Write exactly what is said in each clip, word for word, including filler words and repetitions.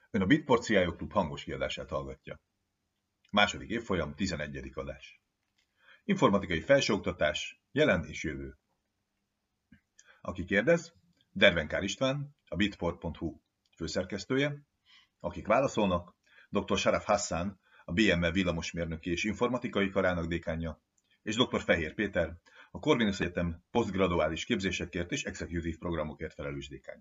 Ön a Bitport C I O Klub hangos kiadását hallgatja. Második évfolyam, tizenegyedik adás. Informatikai felsőoktatás, jelen és jövő. Aki kérdez, Dervenkár István, a bitport pont hu főszerkesztője. Akik válaszolnak, doktor Sharaf Hassan, a bé em e villamosmérnöki és informatikai karának dékánja, és doktor Fehér Péter, a Corvinus Egyetem posztgraduális képzésekért és executive programokért felelős dékánja.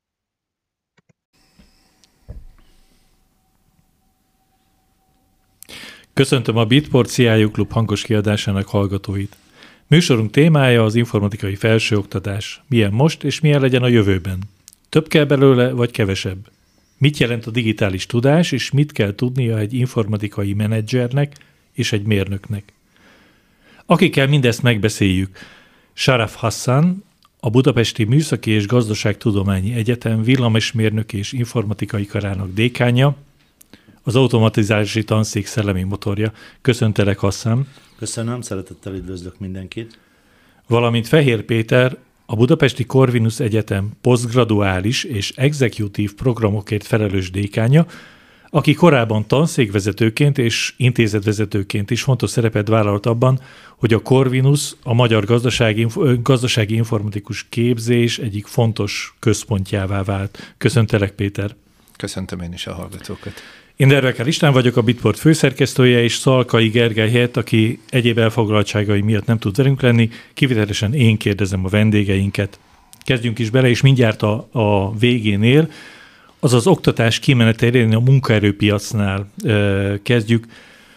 Köszöntöm a Bitport C I O Klub hangos kiadásának hallgatóit. Műsorunk témája az informatikai felsőoktatás. Milyen most és milyen legyen a jövőben? Több kell belőle, vagy kevesebb? Mit jelent a digitális tudás, és mit kell tudnia egy informatikai menedzsernek és egy mérnöknek? Akikkel mindezt megbeszéljük, Sharaf Hassan, a Budapesti Műszaki és Gazdaságtudományi Egyetem villamosmérnöki és informatikai karának dékánja, az automatizálási tanszék szellemi motorja. Köszöntelek, Hassan. Köszönöm, szeretettel üdvözlök mindenkit. Valamint Fehér Péter, a Budapesti Corvinus Egyetem posztgraduális és executive programokért felelős dékánja, aki korábban tanszékvezetőként és intézetvezetőként is fontos szerepet vállalt abban, hogy a Corvinus a magyar gazdasági, gazdasági informatikus képzés egyik fontos központjává vált. Köszöntelek, Péter. Köszöntöm én is a hallgatókat. Én Dervenkár István vagyok, a Bitport főszerkesztője, és Szalkai Gergely helyett, aki egyéb elfoglaltságai miatt nem tud velünk lenni, kivételesen én kérdezem a vendégeinket. Kezdjünk is bele, és mindjárt a, a végénél, azaz az oktatás kimenetelén a munkaerőpiacnál e, kezdjük,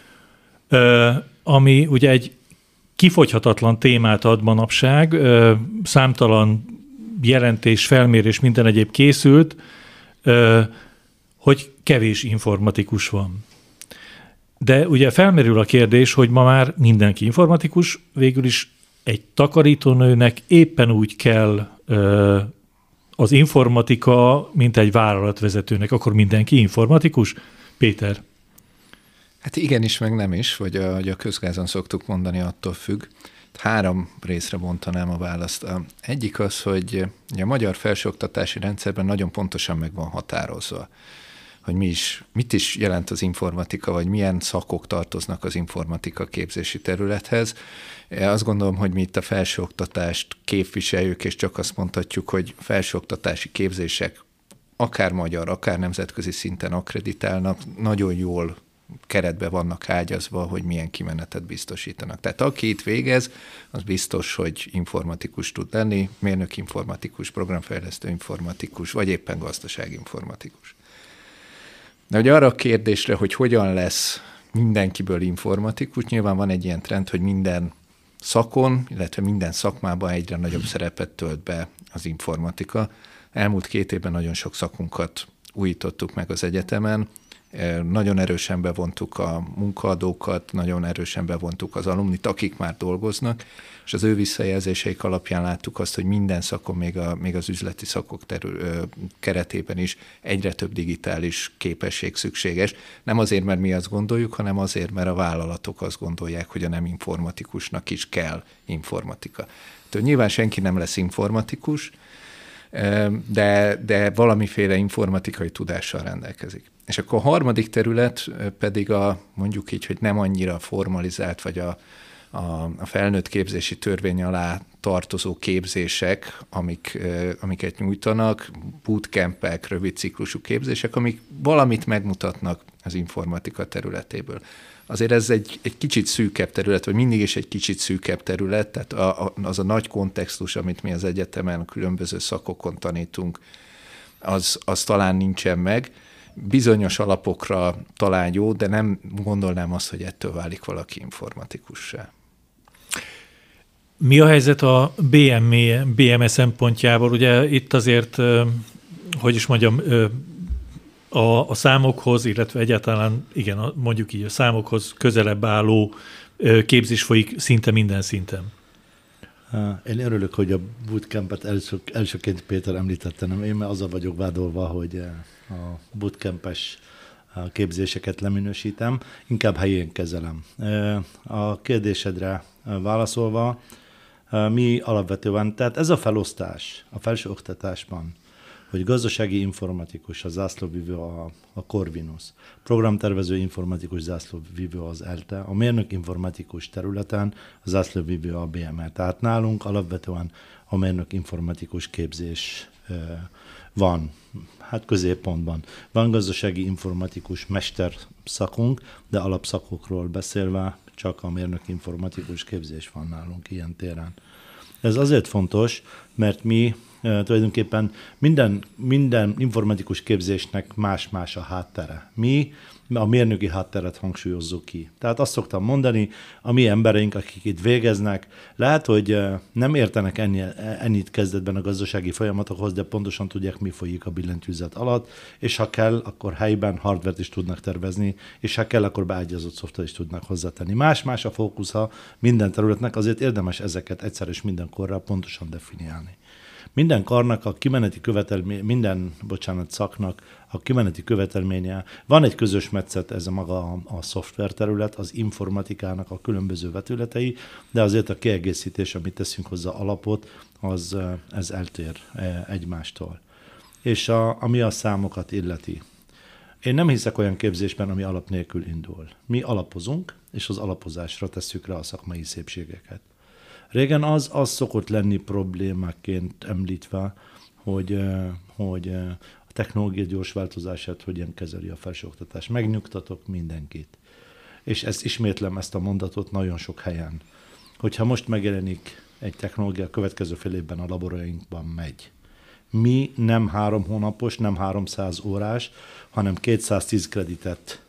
e, ami ugye egy kifogyhatatlan témát ad manapság, e, számtalan jelentés, felmérés, minden egyéb készült, e, hogy kevés informatikus van. De ugye felmerül a kérdés, hogy ma már mindenki informatikus, végül is egy takarítónőnek éppen úgy kell ö, az informatika, mint egy vállalatvezetőnek. Akkor mindenki informatikus? Péter? Hát igenis, meg nem is, vagy a, a közgázon szoktuk mondani, attól függ. Három részre bontanám a választ. Egyik az, hogy a magyar felsőoktatási rendszerben nagyon pontosan meg van határozva, hogy mi is, mit is jelent az informatika, vagy milyen szakok tartoznak az informatika képzési területhez. Azt gondolom, hogy mi itt a felsőoktatást képviseljük, és csak azt mondhatjuk, hogy felsőoktatási képzések akár magyar, akár nemzetközi szinten akkreditálnak, nagyon jól keretbe vannak ágyazva, hogy milyen kimenetet biztosítanak. Tehát aki itt végez, az biztos, hogy informatikus tud lenni, mérnök informatikus, programfejlesztő informatikus, vagy éppen gazdaságinformatikus. De ugye arra a kérdésre, hogy hogyan lesz mindenkiből informatikus, nyilván van egy ilyen trend, hogy minden szakon, illetve minden szakmában egyre nagyobb szerepet tölt be az informatika. Elmúlt két évben nagyon sok szakunkat újítottuk meg az egyetemen, nagyon erősen bevontuk a munkaadókat, nagyon erősen bevontuk az alumnit, akik már dolgoznak, és az ő visszajelzéseik alapján láttuk azt, hogy minden szakon, még, a, még az üzleti szakok terül, ö, keretében is egyre több digitális képesség szükséges. Nem azért, mert mi azt gondoljuk, hanem azért, mert a vállalatok azt gondolják, hogy a nem informatikusnak is kell informatika. Tehát nyilván senki nem lesz informatikus, de, de valamiféle informatikai tudással rendelkezik. És akkor a harmadik terület pedig a, mondjuk így, hogy nem annyira formalizált, vagy a, a, a felnőtt képzési törvény alá tartozó képzések, amik, amiket nyújtanak, bootcampek, rövid ciklusú képzések, amik valamit megmutatnak az informatika területéből. Azért ez egy, egy kicsit szűkebb terület, vagy mindig is egy kicsit szűkebb terület, tehát a, a, az a nagy kontextus, amit mi az egyetemen, különböző szakokon tanítunk, az, az talán nincsen meg. Bizonyos alapokra talán jó, de nem gondolnám azt, hogy ettől válik valaki informatikussá. Mi a helyzet a bé em e, bé em e szempontjából? Ugye itt azért, hogy is mondjam, a, a számokhoz, illetve egyáltalán, igen, mondjuk így a számokhoz közelebb álló képzés folyik szinte minden szinten. Én örülök, hogy a bootcampet első, elsőként Péter említette, nem én, mert azzal vagyok vádolva, hogy a bootcampes képzéseket leminősítem, inkább helyén kezelem. A kérdésedre válaszolva, mi alapvetően, tehát ez a felosztás a felsőoktatásban hogy gazdasági informatikus a zászlóvivő a, a Corvinus, programtervező informatikus zászlóvivő az ELTE, a mérnök informatikus területen a zászlóvivő a bé em e. Tehát nálunk alapvetően a mérnök informatikus képzés van, hát középpontban. Van gazdasági informatikus mester szakunk, de alapszakokról beszélve csak a mérnök informatikus képzés van nálunk ilyen téren. Ez azért fontos, mert mi tulajdonképpen minden, minden informatikus képzésnek más-más a háttere. Mi a mérnöki hátteret hangsúlyozzuk ki. Tehát azt szoktam mondani, a mi embereink, akik itt végeznek, lehet, hogy nem értenek ennyi, ennyit kezdetben a gazdasági folyamatokhoz, de pontosan tudják, mi folyik a billentyűzet alatt, és ha kell, akkor helyben hardvert is tudnak tervezni, és ha kell, akkor beágyazott szoftvert is tudnak hozzátenni. Más-más a fókusza minden területnek, azért érdemes ezeket egyszer és mindenkorra pontosan definiálni. Minden karnak a kimeneti követelmény, minden, bocsánat, szaknak a kimeneti követelménye, van egy közös metszet, ez a maga a, a szoftver terület, az informatikának a különböző vetületei, de azért a kiegészítés, amit teszünk hozzá alapot, az ez eltér egymástól. És a, ami a számokat illeti. Én nem hiszek olyan képzésben, ami alap nélkül indul. Mi alapozunk, és az alapozásra tesszük rá a szakmai szépségeket. Régen az, az szokott lenni problémáként említve, hogy, hogy a technológia gyors változását hogyan kezeli a felsőoktatás. Megnyugtatok mindenkit. És ezt ismétlem, ezt a mondatot nagyon sok helyen. Hogyha most megjelenik egy technológia, a következő fél évben a laborainkban megy. Mi nem három hónapos, nem háromszáz órás, hanem kétszáztíz kreditet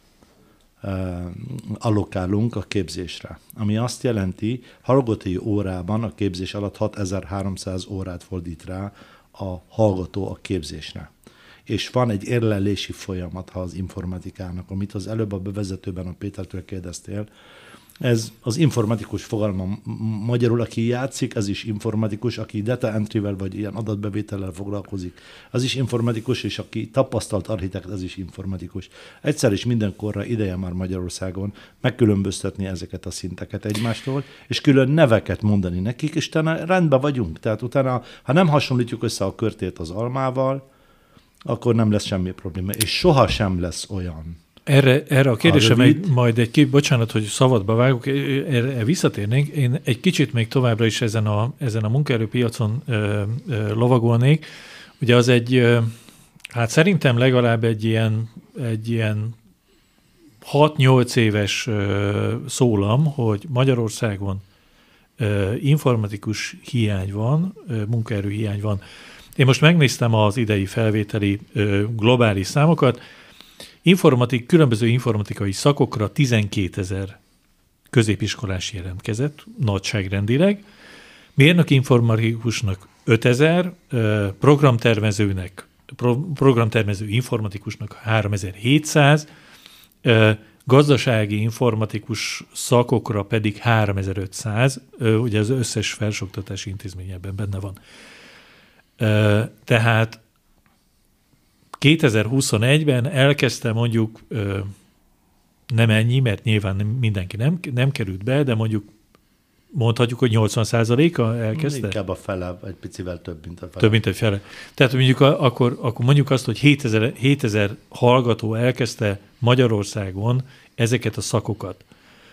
allokálunk a képzésre. Ami azt jelenti, hallgatói órában a képzés alatt hatezer-háromszáz órát fordít rá a hallgató a képzésre. És van egy érlelési folyamat az informatikának, amit az előbb a bevezetőben a Pétertől kérdeztél. Ez az informatikus fogalma magyarul, aki játszik, ez is informatikus, aki data entry-vel vagy ilyen adatbevétellel foglalkozik, az is informatikus, és aki tapasztalt architekt, ez is informatikus. Egyszer és mindenkorra ideje már Magyarországon megkülönböztetni ezeket a szinteket egymástól, és külön neveket mondani nekik, és utána rendben vagyunk. Tehát utána, ha nem hasonlítjuk össze a körtét az almával, akkor nem lesz semmi probléma, és soha sem lesz olyan. Erre, erre a kérdésre meg majd egy kicsit, bocsánat, hogy szabadba vágok, erre visszatérnénk. Én egy kicsit még továbbra is ezen a, ezen a munkaerőpiacon ö, ö, lovagolnék. Ugye az egy, ö, hát szerintem legalább egy ilyen, egy ilyen hat-nyolc éves ö, szólam, hogy Magyarországon ö, informatikus hiány van, ö, munkaerő hiány van. Én most megnéztem az idei felvételi ö, globális számokat. Informatik, különböző informatikai szakokra tizenkétezer középiskolás jelentkezett, nagyságrendileg. Mérnök informatikusnak ötezer, programtervezőnek, programtervező informatikusnak háromezer-hétszáz, gazdasági informatikus szakokra pedig háromezer-ötszáz, ugye az összes felsőoktatási intézmény ebben benne van. Tehát kétezer-huszonegyben elkezdte mondjuk, nem ennyi, mert nyilván mindenki nem, nem került be, de mondjuk mondhatjuk, hogy nyolcvan százaléka elkezdte? Inkább a fele, egy picivel több, mint a fele. Több, mint egy fele. Tehát mondjuk akkor, akkor mondjuk azt, hogy hétezer, hétezer hallgató elkezdte Magyarországon ezeket a szakokat.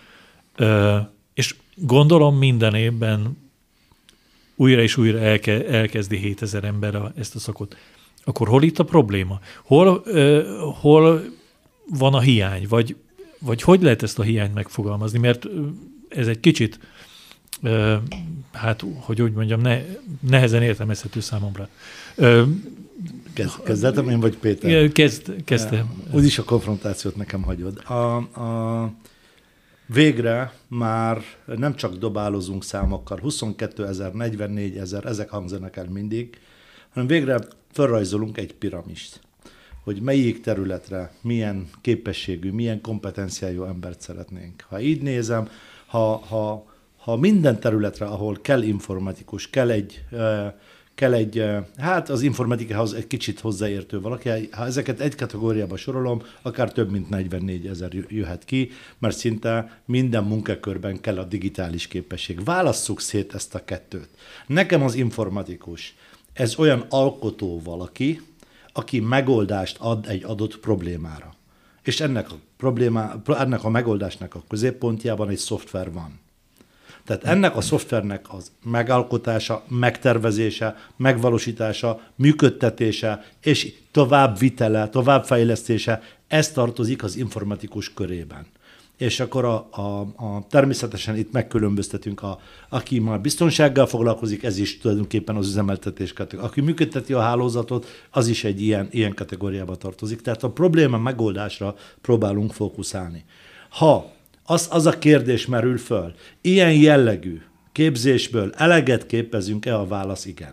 És gondolom minden évben újra és újra elke, elkezdi hétezer ember a, ezt a szakot. Akkor hol itt a probléma? Hol, uh, hol van a hiány? Vagy, vagy hogy lehet ezt a hiányt megfogalmazni? Mert ez egy kicsit, uh, hát, hogy úgy mondjam, ne, nehezen értelmezhető számomra. Uh, Kezd, kezdetem én, vagy Péter? Kezd, kezdtem. Úgyis a konfrontációt nekem hagyod. A, a, végre már nem csak dobálozunk számokkal, huszonkétezer, negyvennégyezer, ezek hangzanak el mindig, hanem végre felrajzolunk egy piramist, hogy melyik területre milyen képességű, milyen kompetenciájú embert szeretnénk. Ha így nézem, ha, ha, ha minden területre, ahol kell informatikus, kell egy, kell egy, hát az informatikához egy kicsit hozzáértő valaki, ha ezeket egy kategóriába sorolom, akár több mint negyvennégyezer jöhet ki, mert szinte minden munkakörben kell a digitális képesség. Válasszuk szét ezt a kettőt. Nekem az informatikus, ez olyan alkotó valaki, aki megoldást ad egy adott problémára. És ennek a, problémá, ennek a megoldásnak a középpontjában egy szoftver van. Tehát ennek a szoftvernek az megalkotása, megtervezése, megvalósítása, működtetése és továbbvitele, továbbfejlesztése, ez tartozik az informatikus körében. És akkor a, a, a, természetesen itt megkülönböztetünk, a, aki már biztonsággal foglalkozik, ez is tulajdonképpen az üzemeltetés kategória. Aki működteti a hálózatot, az is egy ilyen, ilyen kategóriába tartozik. Tehát a probléma megoldásra próbálunk fókuszálni. Ha az, az a kérdés merül föl, ilyen jellegű képzésből eleget képezünk-e, a válasz igen.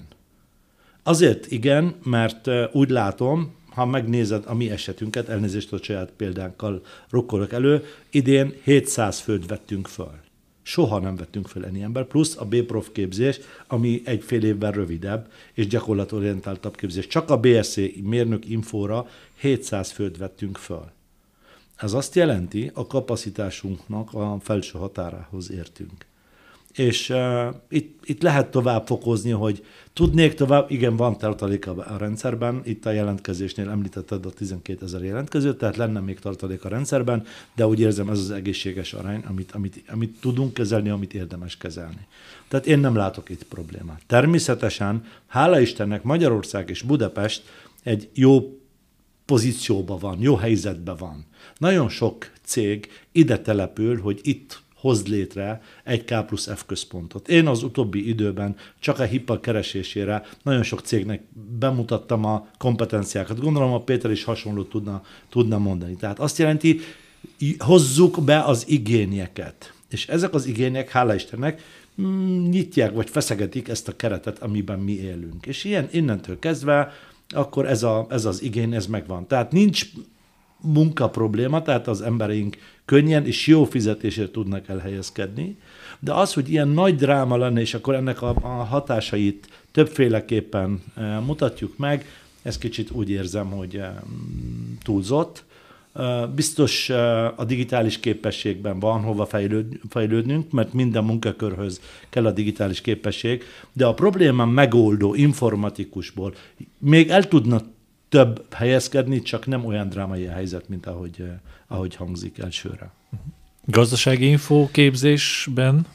Azért igen, mert úgy látom, ha megnézed a mi esetünket, elnézést a saját példánkkal rukkolok elő, idén hétszáz főt vettünk föl. Soha nem vettünk föl ennyi ember, plusz a B-prof képzés, ami egy fél évben rövidebb, és gyakorlatorientáltabb képzés. Csak a bé es cé mérnök infóra hétszáz főt vettünk föl. Ez azt jelenti, a kapacitásunknak a felső határához értünk. És uh, itt, itt lehet tovább fokozni, hogy tudnék tovább, igen, van tartalék a rendszerben, itt a jelentkezésnél említetted a tizenkétezer jelentkezőt, tehát lenne még tartalék a rendszerben, de úgy érzem, ez az egészséges arány, amit, amit, amit tudunk kezelni, amit érdemes kezelni. Tehát én nem látok itt problémát. Természetesen, hála Istennek, Magyarország és Budapest egy jó pozícióban van, jó helyzetben van. Nagyon sok cég ide települ, hogy itt hoz létre egy K plusz F központot. Én az utóbbi időben csak a HIPA keresésére nagyon sok cégnek bemutattam a kompetenciákat. Gondolom, a Péter is hasonlót tudna, tudna mondani. Tehát azt jelenti, hozzuk be az igényeket. És ezek az igények, hála Istennek, nyitják vagy feszegetik ezt a keretet, amiben mi élünk. És ilyen innentől kezdve akkor ez, a, ez az igény, ez megvan. Tehát nincs munka probléma, tehát az embereink könnyen és jó fizetésért tudnak elhelyezkedni, de az, hogy ilyen nagy dráma lenne, és akkor ennek a, a hatásait többféleképpen e, mutatjuk meg, ez kicsit úgy érzem, hogy e, túlzott. E, biztos e, a digitális képességben van hova fejlőd, fejlődnünk, mert minden munkakörhöz kell a digitális képesség, de a probléma megoldó informatikusból még el tudna több helyezkedni, csak nem olyan drámai a helyzet, mint ahogy, ahogy hangzik elsőre. Gazdasági infóképzésben?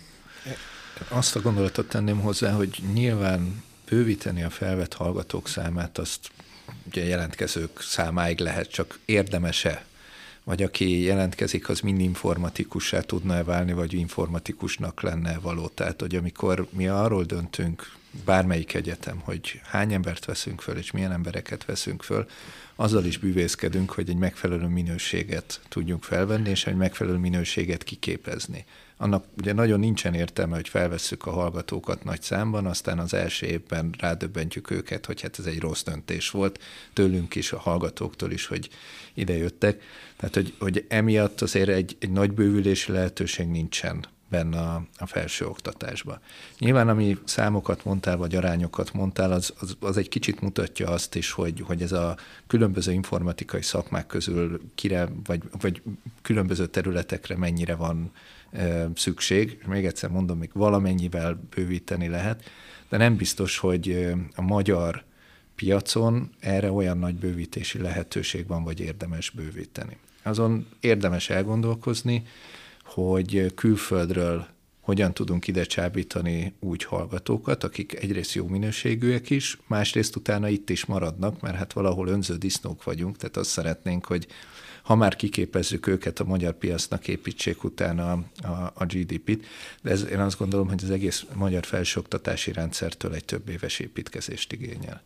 Azt a gondolatot tenném hozzá, hogy nyilván bővíteni a felvett hallgatók számát, azt ugye jelentkezők számáig lehet, csak érdemese, vagy aki jelentkezik, az mind informatikussá tudna-e válni, vagy informatikusnak lenne való. Tehát, hogy amikor mi arról döntünk, bármelyik egyetem, hogy hány embert veszünk föl, és milyen embereket veszünk föl, azzal is bűvészkedünk, hogy egy megfelelő minőséget tudjunk felvenni, és egy megfelelő minőséget kiképezni. Annak ugye nagyon nincsen értelme, hogy felvesszük a hallgatókat nagy számban, aztán az első évben rádöbbentjük őket, hogy hát ez egy rossz döntés volt, tőlünk is, a hallgatóktól is, hogy ide jöttek. Tehát, hogy, hogy emiatt azért egy, egy nagy bővülési lehetőség nincsen benne a, a felső oktatásban. Nyilván, ami számokat mondtál, vagy arányokat mondtál, az, az, az egy kicsit mutatja azt is, hogy, hogy ez a különböző informatikai szakmák közül kire, vagy, vagy különböző területekre mennyire van e, szükség. Még egyszer mondom, még valamennyivel bővíteni lehet, de nem biztos, hogy a magyar piacon erre olyan nagy bővítési lehetőség van, vagy érdemes bővíteni. Azon érdemes elgondolkozni, hogy külföldről hogyan tudunk ide csábítani úgy hallgatókat, akik egyrészt jó minőségűek is, másrészt utána itt is maradnak, mert hát valahol önző disznók vagyunk, tehát azt szeretnénk, hogy ha már kiképezzük őket, a magyar piacnak építsék utána a, a, a gé dé pét, de ez, én azt gondolom, hogy az egész magyar felsőoktatási rendszertől egy több éves építkezést igényel.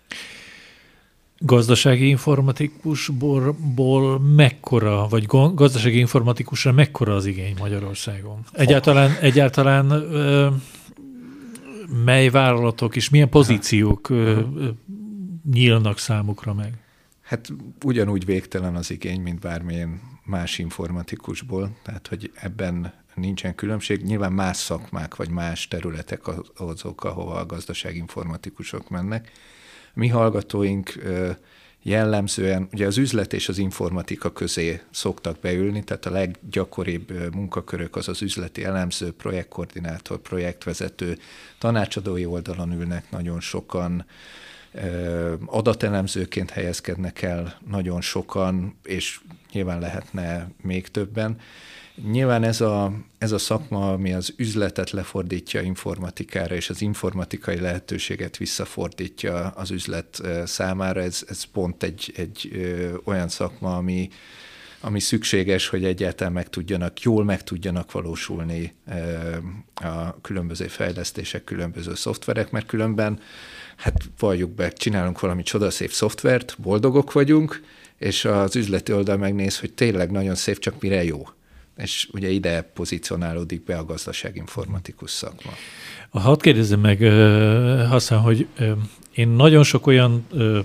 Gazdasági informatikusból mekkora, vagy gazdasági informatikusra mekkora az igény Magyarországon? Egyáltalán, egyáltalán ö, mely vállalatok és milyen pozíciók ö, ö, nyílnak számukra meg? Hát ugyanúgy végtelen az igény, mint bármilyen más informatikusból, tehát hogy ebben nincsen különbség. Nyilván más szakmák vagy más területek azok, ahova a gazdasági informatikusok mennek. Mi hallgatóink jellemzően, ugye az üzlet és az informatika közé szoktak beülni, tehát a leggyakoribb munkakörök az az üzleti elemző, projektkoordinátor, projektvezető, tanácsadói oldalon ülnek nagyon sokan, adatelemzőként helyezkednek el nagyon sokan, és nyilván lehetne még többen. Nyilván ez a, ez a szakma, ami az üzletet lefordítja informatikára, és az informatikai lehetőséget visszafordítja az üzlet számára, ez, ez pont egy, egy ö, olyan szakma, ami, ami szükséges, hogy egyáltalán meg tudjanak, jól meg tudjanak valósulni ö, a különböző fejlesztések, különböző szoftverek, mert különben, hát valljuk be, csinálunk valami csodaszép szoftvert, boldogok vagyunk, és az üzleti oldal megnéz, hogy tényleg nagyon szép, csak mire jó. És ugye ide pozícionálódik be a gazdaságinformatikus szakma. Hadd kérdezzem meg, Hasan, hogy én nagyon sok olyan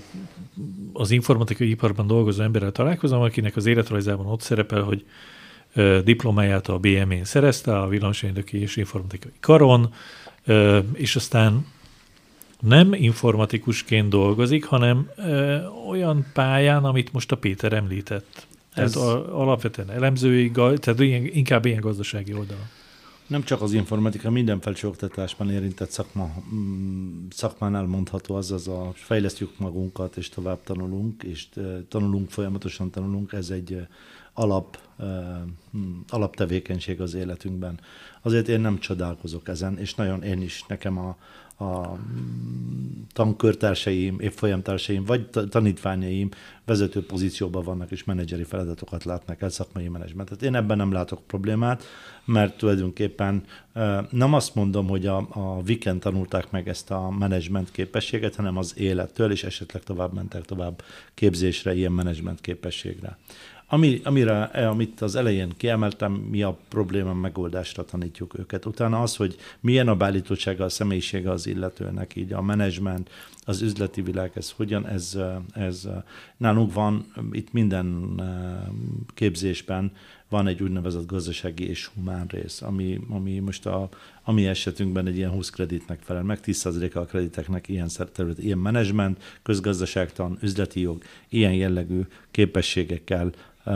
az informatikai iparban dolgozó emberrel találkozom, akinek az életrajzában ott szerepel, hogy diplomáját a bé em é-n szerezte, a villamosmérnöki és informatikai karon, és aztán nem informatikusként dolgozik, hanem olyan pályán, amit most a Péter említett. Ez tehát alapvetően elemzői, tehát inkább ilyen gazdasági oldalon. Nem csak az informatika, minden felsőoktatásban érintett szakma, szakmánál mondható, azaz a fejlesztjük magunkat, és tovább tanulunk, és tanulunk, folyamatosan tanulunk, ez egy alap, alaptevékenység az életünkben. Azért én nem csodálkozok ezen, és nagyon én is, nekem a a tankörtársaim, évfolyamtársaim, vagy tanítványaim vezető pozícióban vannak, és menedzseri feladatokat látnak el, szakmai menedzsmentet. Én ebben nem látok problémát, mert tulajdonképpen nem azt mondom, hogy a, a Viken tanulták meg ezt a menedzsment képességet, hanem az élettől, és esetleg tovább mentek tovább képzésre, ilyen menedzsment képességre. Ami, amire, amit az elején kiemeltem, mi a probléma megoldásra tanítjuk őket. Utána az, hogy milyen a beállítottsága, a személyisége az illetőnek, így a menedzsment, az üzleti világ, ez hogyan, ez, ez nálunk van, itt minden képzésben van egy úgynevezett gazdasági és humán rész, ami, ami most a, a mi esetünkben egy ilyen húsz kreditnek felel meg, tíz százaléka a krediteknek ilyen terület, ilyen menedzsment, közgazdaságtan, üzleti jog, ilyen jellegű képességekkel,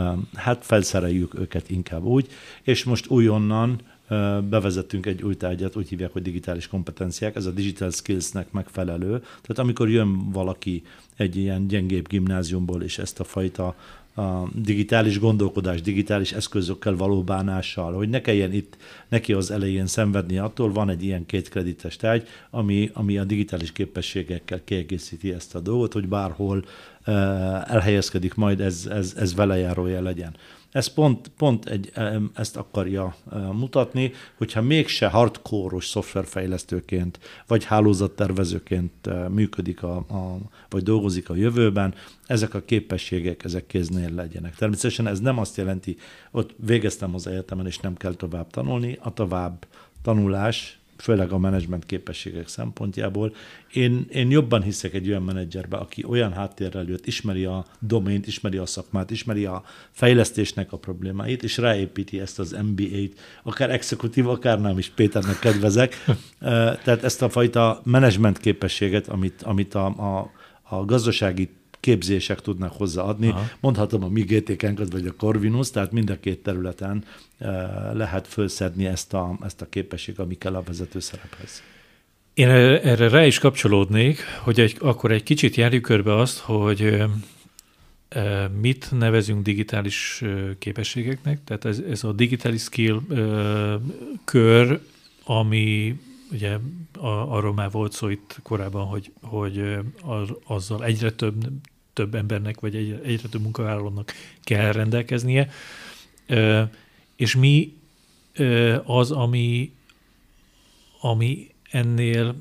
hát felszereljük őket inkább úgy, és most újonnan bevezettünk egy új tárgyat, úgy hívják, hogy digitális kompetenciák, ez a digital skillsnek megfelelő. Tehát amikor jön valaki egy ilyen gyengébb gimnáziumból, és ezt a fajta a digitális gondolkodás, digitális eszközökkel való bánással, hogy ne kelljen itt neki az elején szenvedni attól, van egy ilyen két kredites tárgy, ami, ami a digitális képességekkel kiegészíti ezt a dolgot, hogy bárhol uh, elhelyezkedik majd, ez, ez, ez velejárója legyen. Ez pont, pont egy, ezt akarja mutatni, hogyha mégse hardcore-os szoftverfejlesztőként, vagy hálózattervezőként működik, a, a, vagy dolgozik a jövőben, ezek a képességek, ezek kéznél legyenek. Természetesen ez nem azt jelenti, ott végeztem az egyetemen, és nem kell tovább tanulni, a tovább tanulás, főleg a menedzsment képességek szempontjából. Én, én jobban hiszek egy olyan menedzserbe, aki olyan háttérrel jött, ismeri a domént, ismeri a szakmát, ismeri a fejlesztésnek a problémáit, és ráépíti ezt az em bé á-t, akár exekutív, akár nem is, Péternek kedvezek. Tehát ezt a fajta menedzsment képességet, amit, amit a, a, a gazdasági képzések tudnak hozzáadni. Aha. Mondhatom a mi gé té ká-nkat, vagy a Corvinus, tehát mind a két területen lehet fölszedni ezt a, ezt a képesség, ami kell a vezető szerephez. Én erre rá is kapcsolódnék, hogy egy, akkor egy kicsit járjuk körbe azt, hogy mit nevezünk digitális képességeknek. Tehát ez, ez a digitális skill kör, ami ugye arról már volt szó itt korábban, hogy, hogy azzal egyre több, több embernek, vagy egyre, egyre több munkavállalónak kell rendelkeznie. És mi az, ami, ami ennél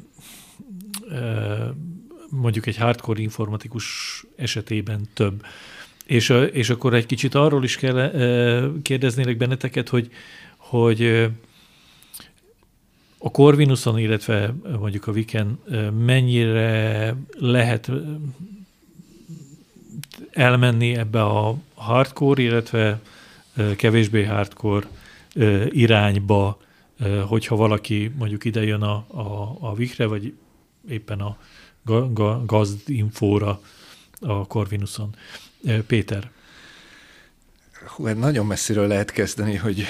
mondjuk egy hardcore informatikus esetében több. És, és akkor egy kicsit arról is kell kérdeznélek benneteket, hogy, hogy a Corvinuson, illetve mondjuk a Viken mennyire lehet elmenni ebbe a hardcore, illetve kevésbé hardcore irányba, hogyha valaki mondjuk ide jön a, a, a Vikre, vagy éppen a gazdinfóra a Corvinuson. Péter. Hú, nagyon messziről lehet kezdeni, hogy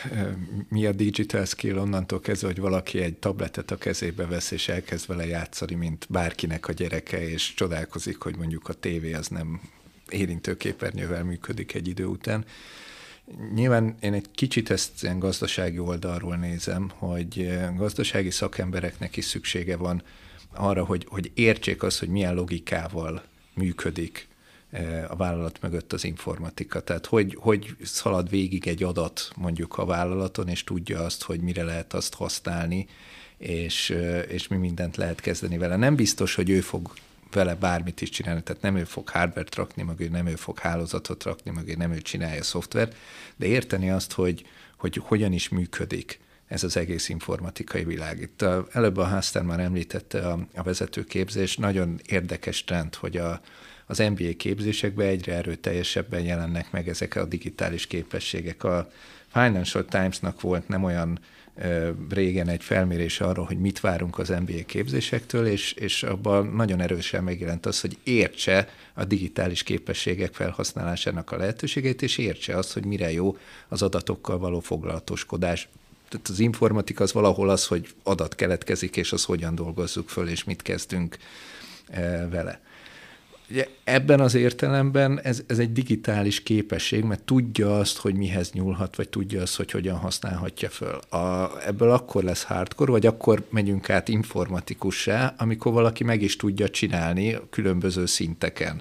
mi a digital skill onnantól kezdve, hogy valaki egy tabletet a kezébe vesz, és elkezd vele játszani, mint bárkinek a gyereke, és csodálkozik, hogy mondjuk a tévé az nem érintőképernyővel működik egy idő után. Nyilván én egy kicsit ezt ilyen gazdasági oldalról nézem, hogy gazdasági szakembereknek is szüksége van arra, hogy, hogy értsék azt, hogy milyen logikával működik a vállalat mögött az informatika. Tehát hogy, hogy szalad végig egy adat mondjuk a vállalaton, és tudja azt, hogy mire lehet azt használni, és, és mi mindent lehet kezdeni vele. Nem biztos, hogy ő fog vele bármit is csinálni, tehát nem ő fog hardware-t rakni mögé, nem ő fog hálózatot rakni mögé, nem ő csinálja a szoftvert, de érteni azt, hogy, hogy hogyan is működik ez az egész informatikai világ. Itt a, előbb a Háztár már említette a, a vezetőképzés, nagyon érdekes trend, hogy a, az em bé á képzésekben egyre erőteljesebben jelennek meg ezek a digitális képességek. A Financial Times-nak volt nem olyan ö, régen egy felmérés arról, hogy mit várunk az em bé á képzésektől, és, és abban nagyon erősen megjelent az, hogy értse a digitális képességek felhasználásának a lehetőségét, és értse azt, hogy mire jó az adatokkal való foglalatoskodás. Tehát az informatika az valahol az, hogy adat keletkezik, és az hogyan dolgozzuk föl, és mit kezdünk ö, vele. Ugye ebben az értelemben ez, ez egy digitális képesség, mert tudja azt, hogy mihez nyúlhat, vagy tudja azt, hogy hogyan használhatja föl. A, ebből akkor lesz hardcore, vagy akkor megyünk át informatikussá, amikor valaki meg is tudja csinálni különböző szinteken.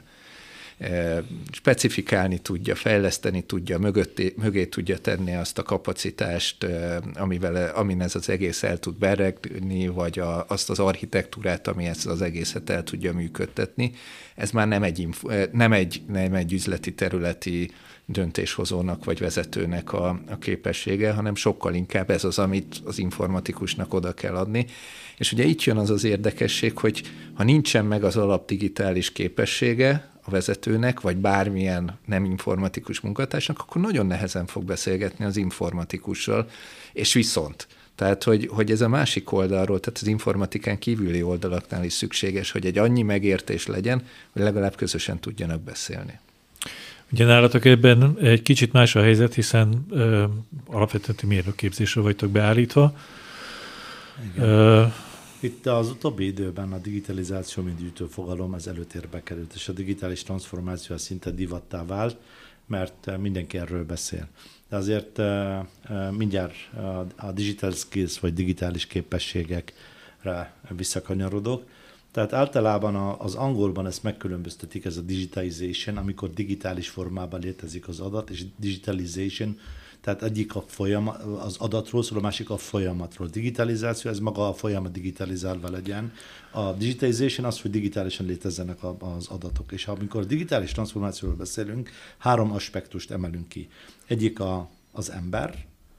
E, specifikálni tudja, fejleszteni tudja, mögötté, mögé tudja tenni azt a kapacitást, e, amivel, amin ez az egész el tud beregni, vagy a, azt az architektúrát, ami ezt az egészet el tudja működtetni. Ez már nem egy, nem egy, nem egy üzleti területi döntéshozónak vagy vezetőnek a, a képessége, hanem sokkal inkább ez az, amit az informatikusnak oda kell adni. És ugye itt jön az az érdekesség, hogy ha nincsen meg az alap digitális képessége a vezetőnek, vagy bármilyen nem informatikus munkatársnak, akkor nagyon nehezen fog beszélgetni az informatikussal, és viszont. Tehát, hogy, hogy ez a másik oldalról, tehát az informatikán kívüli oldalaknál is szükséges, hogy egy annyi megértés legyen, hogy legalább közösen tudjanak beszélni. Ugye nálatok ebben egy kicsit más a helyzet, hiszen ö, alapvetően mérnökképzésről vagytok beállítva. Ö, Itt az utóbbi időben a digitalizáció, mint gyűjtőfogalom, ez előtérbe került, és a digitális transformáció szinte divattá vált, mert mindenki erről beszél. De azért uh, uh, mindjárt uh, a digital skills, vagy digitális képességekre visszakanyarodok. Tehát általában a, az angolban ezt megkülönböztetik, ez a digitalization, amikor digitális formában létezik az adat, és digitalization, tehát egyik a folyamat, az adatról szól, a másik a folyamatról. Digitalizáció, ez maga a folyamat digitalizálva legyen. A digitalization az, hogy digitálisan létezzenek az adatok. És amikor digitális transformációról beszélünk, három aspektust emelünk ki. Egyik a, az ember,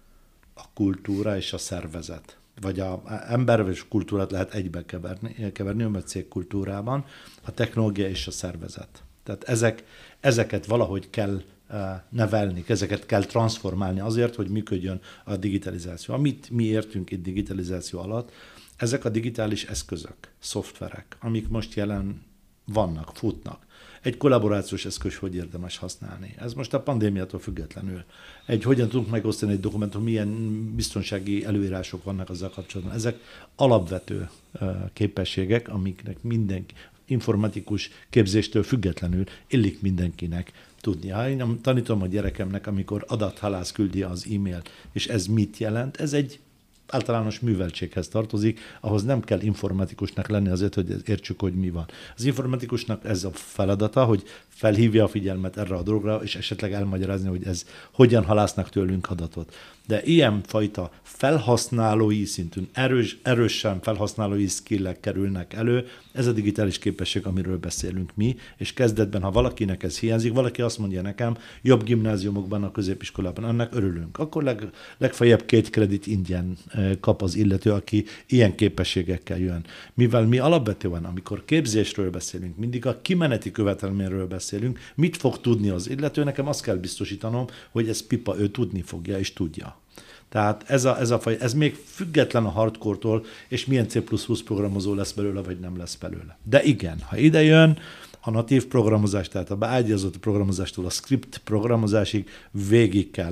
a kultúra és a szervezet. Vagy az ember és kultúrát lehet egybe keverni, keverni a cég kultúrában, a technológia és a szervezet. Tehát ezek, ezeket valahogy kell nevelni, ezeket kell transformálni azért, hogy működjön a digitalizáció. Amit mi értünk itt digitalizáció alatt, ezek a digitális eszközök, szoftverek, amik most jelen vannak, futnak. Egy kollaborációs eszköz hogy érdemes használni. Ez most a pandémiától függetlenül. Egy, hogyan tudunk megosztani egy dokumentum, milyen biztonsági előírások vannak azzal kapcsolatban. Ezek alapvető képességek, amiknek mindenki, informatikus képzéstől függetlenül illik mindenkinek tudnia. Én tanítom a gyerekemnek, amikor adathalász küldi az e-mailt, és ez mit jelent? Ez egy általános műveltséghez tartozik, ahhoz nem kell informatikusnak lenni azért, hogy értsük, hogy mi van. Az informatikusnak ez a feladata, hogy felhívja a figyelmet erre a dologra, és esetleg elmagyarázni, hogy ez hogyan halásznak tőlünk adatot. De ilyen fajta felhasználói szintűn, erős, erősen felhasználói skillek kerülnek elő, ez a digitális képesség, amiről beszélünk mi, és kezdetben, ha valakinek ez hiányzik, valaki azt mondja nekem, jobb gimnáziumokban, a középiskolában, annak örülünk. Akkor leg, legfeljebb két kredit ingyen kap az illető, aki ilyen képességekkel jön. Mivel mi alapvetően, amikor képzésről beszélünk, mindig a kimeneti követelményről beszélünk, mit fog tudni az illető, nekem azt kell biztosítanom, hogy ez pipa, ő tudni fogja és tudja. Tehát ez a, ez a faj, ez még független a hardcore-tól, és milyen cé plusz húsz programozó lesz belőle, vagy nem lesz belőle. De igen, ha ide jön, a natív programozás, tehát a beágyazott programozástól a script programozásig végig kell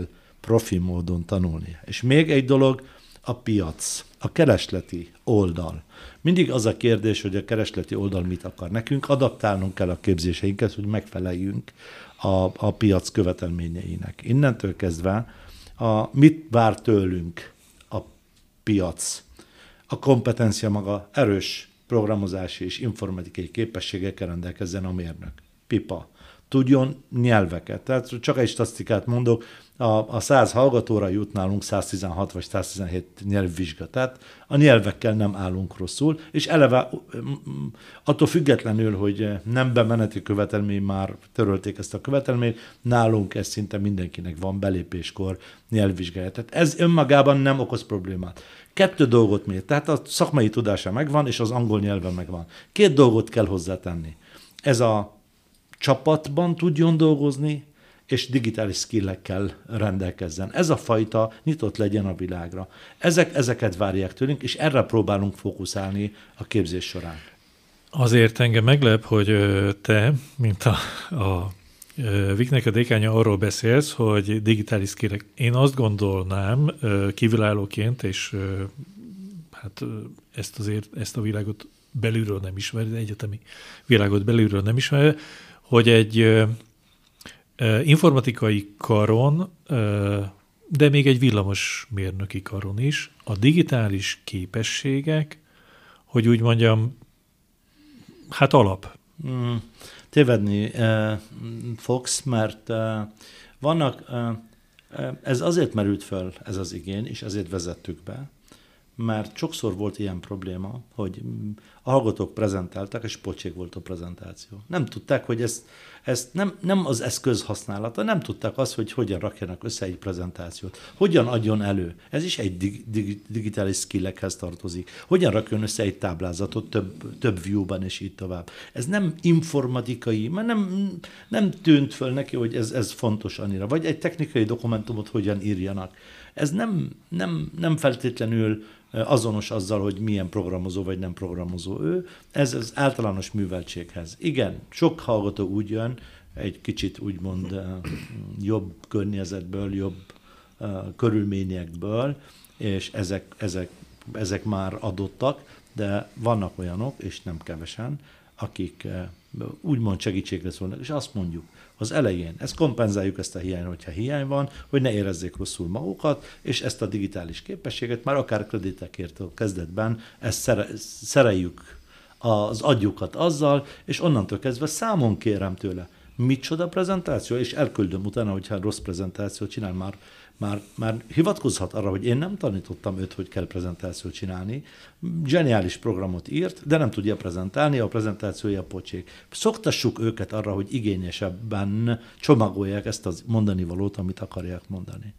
profi módon tanulnia. És még egy dolog, a piac, a keresleti oldal. Mindig az a kérdés, hogy a keresleti oldal mit akar. Nekünk adaptálnunk kell a képzéseinket, hogy megfeleljünk a, a piac követelményeinek. Innentől kezdve a, mit vár tőlünk a piac? A kompetencia maga erős programozási és informatikai képességekkel rendelkezzen a mérnök. Pipa. Tudjon nyelveket. Tehát csak egy statisztikát mondok, a, a száz hallgatóra jut nálunk száztizenhat vagy száztizenhét nyelvvizsga. Tehát a nyelvekkel nem állunk rosszul, és eleve attól függetlenül, hogy nem bemeneti követelmény, már törölték ezt a követelményt, nálunk ez szinte mindenkinek van belépéskor nyelvvizsgája. Tehát ez önmagában nem okoz problémát. Kettő dolgot még, tehát a szakmai tudása megvan, és az angol nyelve megvan. Két dolgot kell hozzátenni. Ez a csapatban tudjon dolgozni, és digitális skillekkel rendelkezzen. Ez a fajta nyitott legyen a világra. Ezek, ezeket várják tőlünk, és erre próbálunk fókuszálni a képzés során. Azért engem meglep, hogy te, mint a, a Viknek a dékánya arról beszélsz, hogy digitális skillek. Én azt gondolnám kívülállóként, és hát ezt azért, ezt a világot belülről nem ismeri, egyetemi világot belülről nem ismeri, hogy egy informatikai karon, de még egy villamosmérnöki karon is a digitális képességek, hogy úgy mondjam, hát alap. Mm, tévedni uh, fogsz, mert uh, vannak, uh, ez azért merült föl ez az igény, és ezért vezettük be, mert sokszor volt ilyen probléma, hogy a hallgatók prezentáltak, és pocsék volt a prezentáció. Nem tudták, hogy ezt, ezt nem, nem az eszköz használata, nem tudták azt, hogy hogyan rakjanak össze egy prezentációt, hogyan adjon elő. Ez is egy dig, dig, digitális skillekhez tartozik. Hogyan rakjon össze egy táblázatot több, több view-ban, és így tovább. Ez nem informatikai, mert nem, nem tűnt föl neki, hogy ez, ez fontos annyira. Vagy egy technikai dokumentumot hogyan írjanak. Ez nem, nem, nem feltétlenül azonos azzal, hogy milyen programozó vagy nem programozó ő. Ez az általános műveltséghez. Igen, sok hallgató úgy jön, egy kicsit úgymond jobb környezetből, jobb körülményekből, és ezek, ezek, ezek már adottak, de vannak olyanok, és nem kevesen, akik úgymond segítségre szólnak, és azt mondjuk az elején, ezt kompenzáljuk ezt a hiányt, hogyha hiány van, hogy ne érezzék rosszul magukat, és ezt a digitális képességet már akár kreditekért a kezdetben, ezt szere, szereljük az agyukat azzal, és onnantól kezdve számon kérem tőle, micsoda prezentáció, és elküldöm utána, hogyha rossz prezentációt csinál, már, már, már hivatkozhat arra, hogy én nem tanítottam őt, hogy kell prezentációt csinálni. Zseniális programot írt, de nem tudja prezentálni, a prezentációja pocsék. Szoktassuk őket arra, hogy igényesebben csomagolják ezt az mondani valót, amit akarják mondani.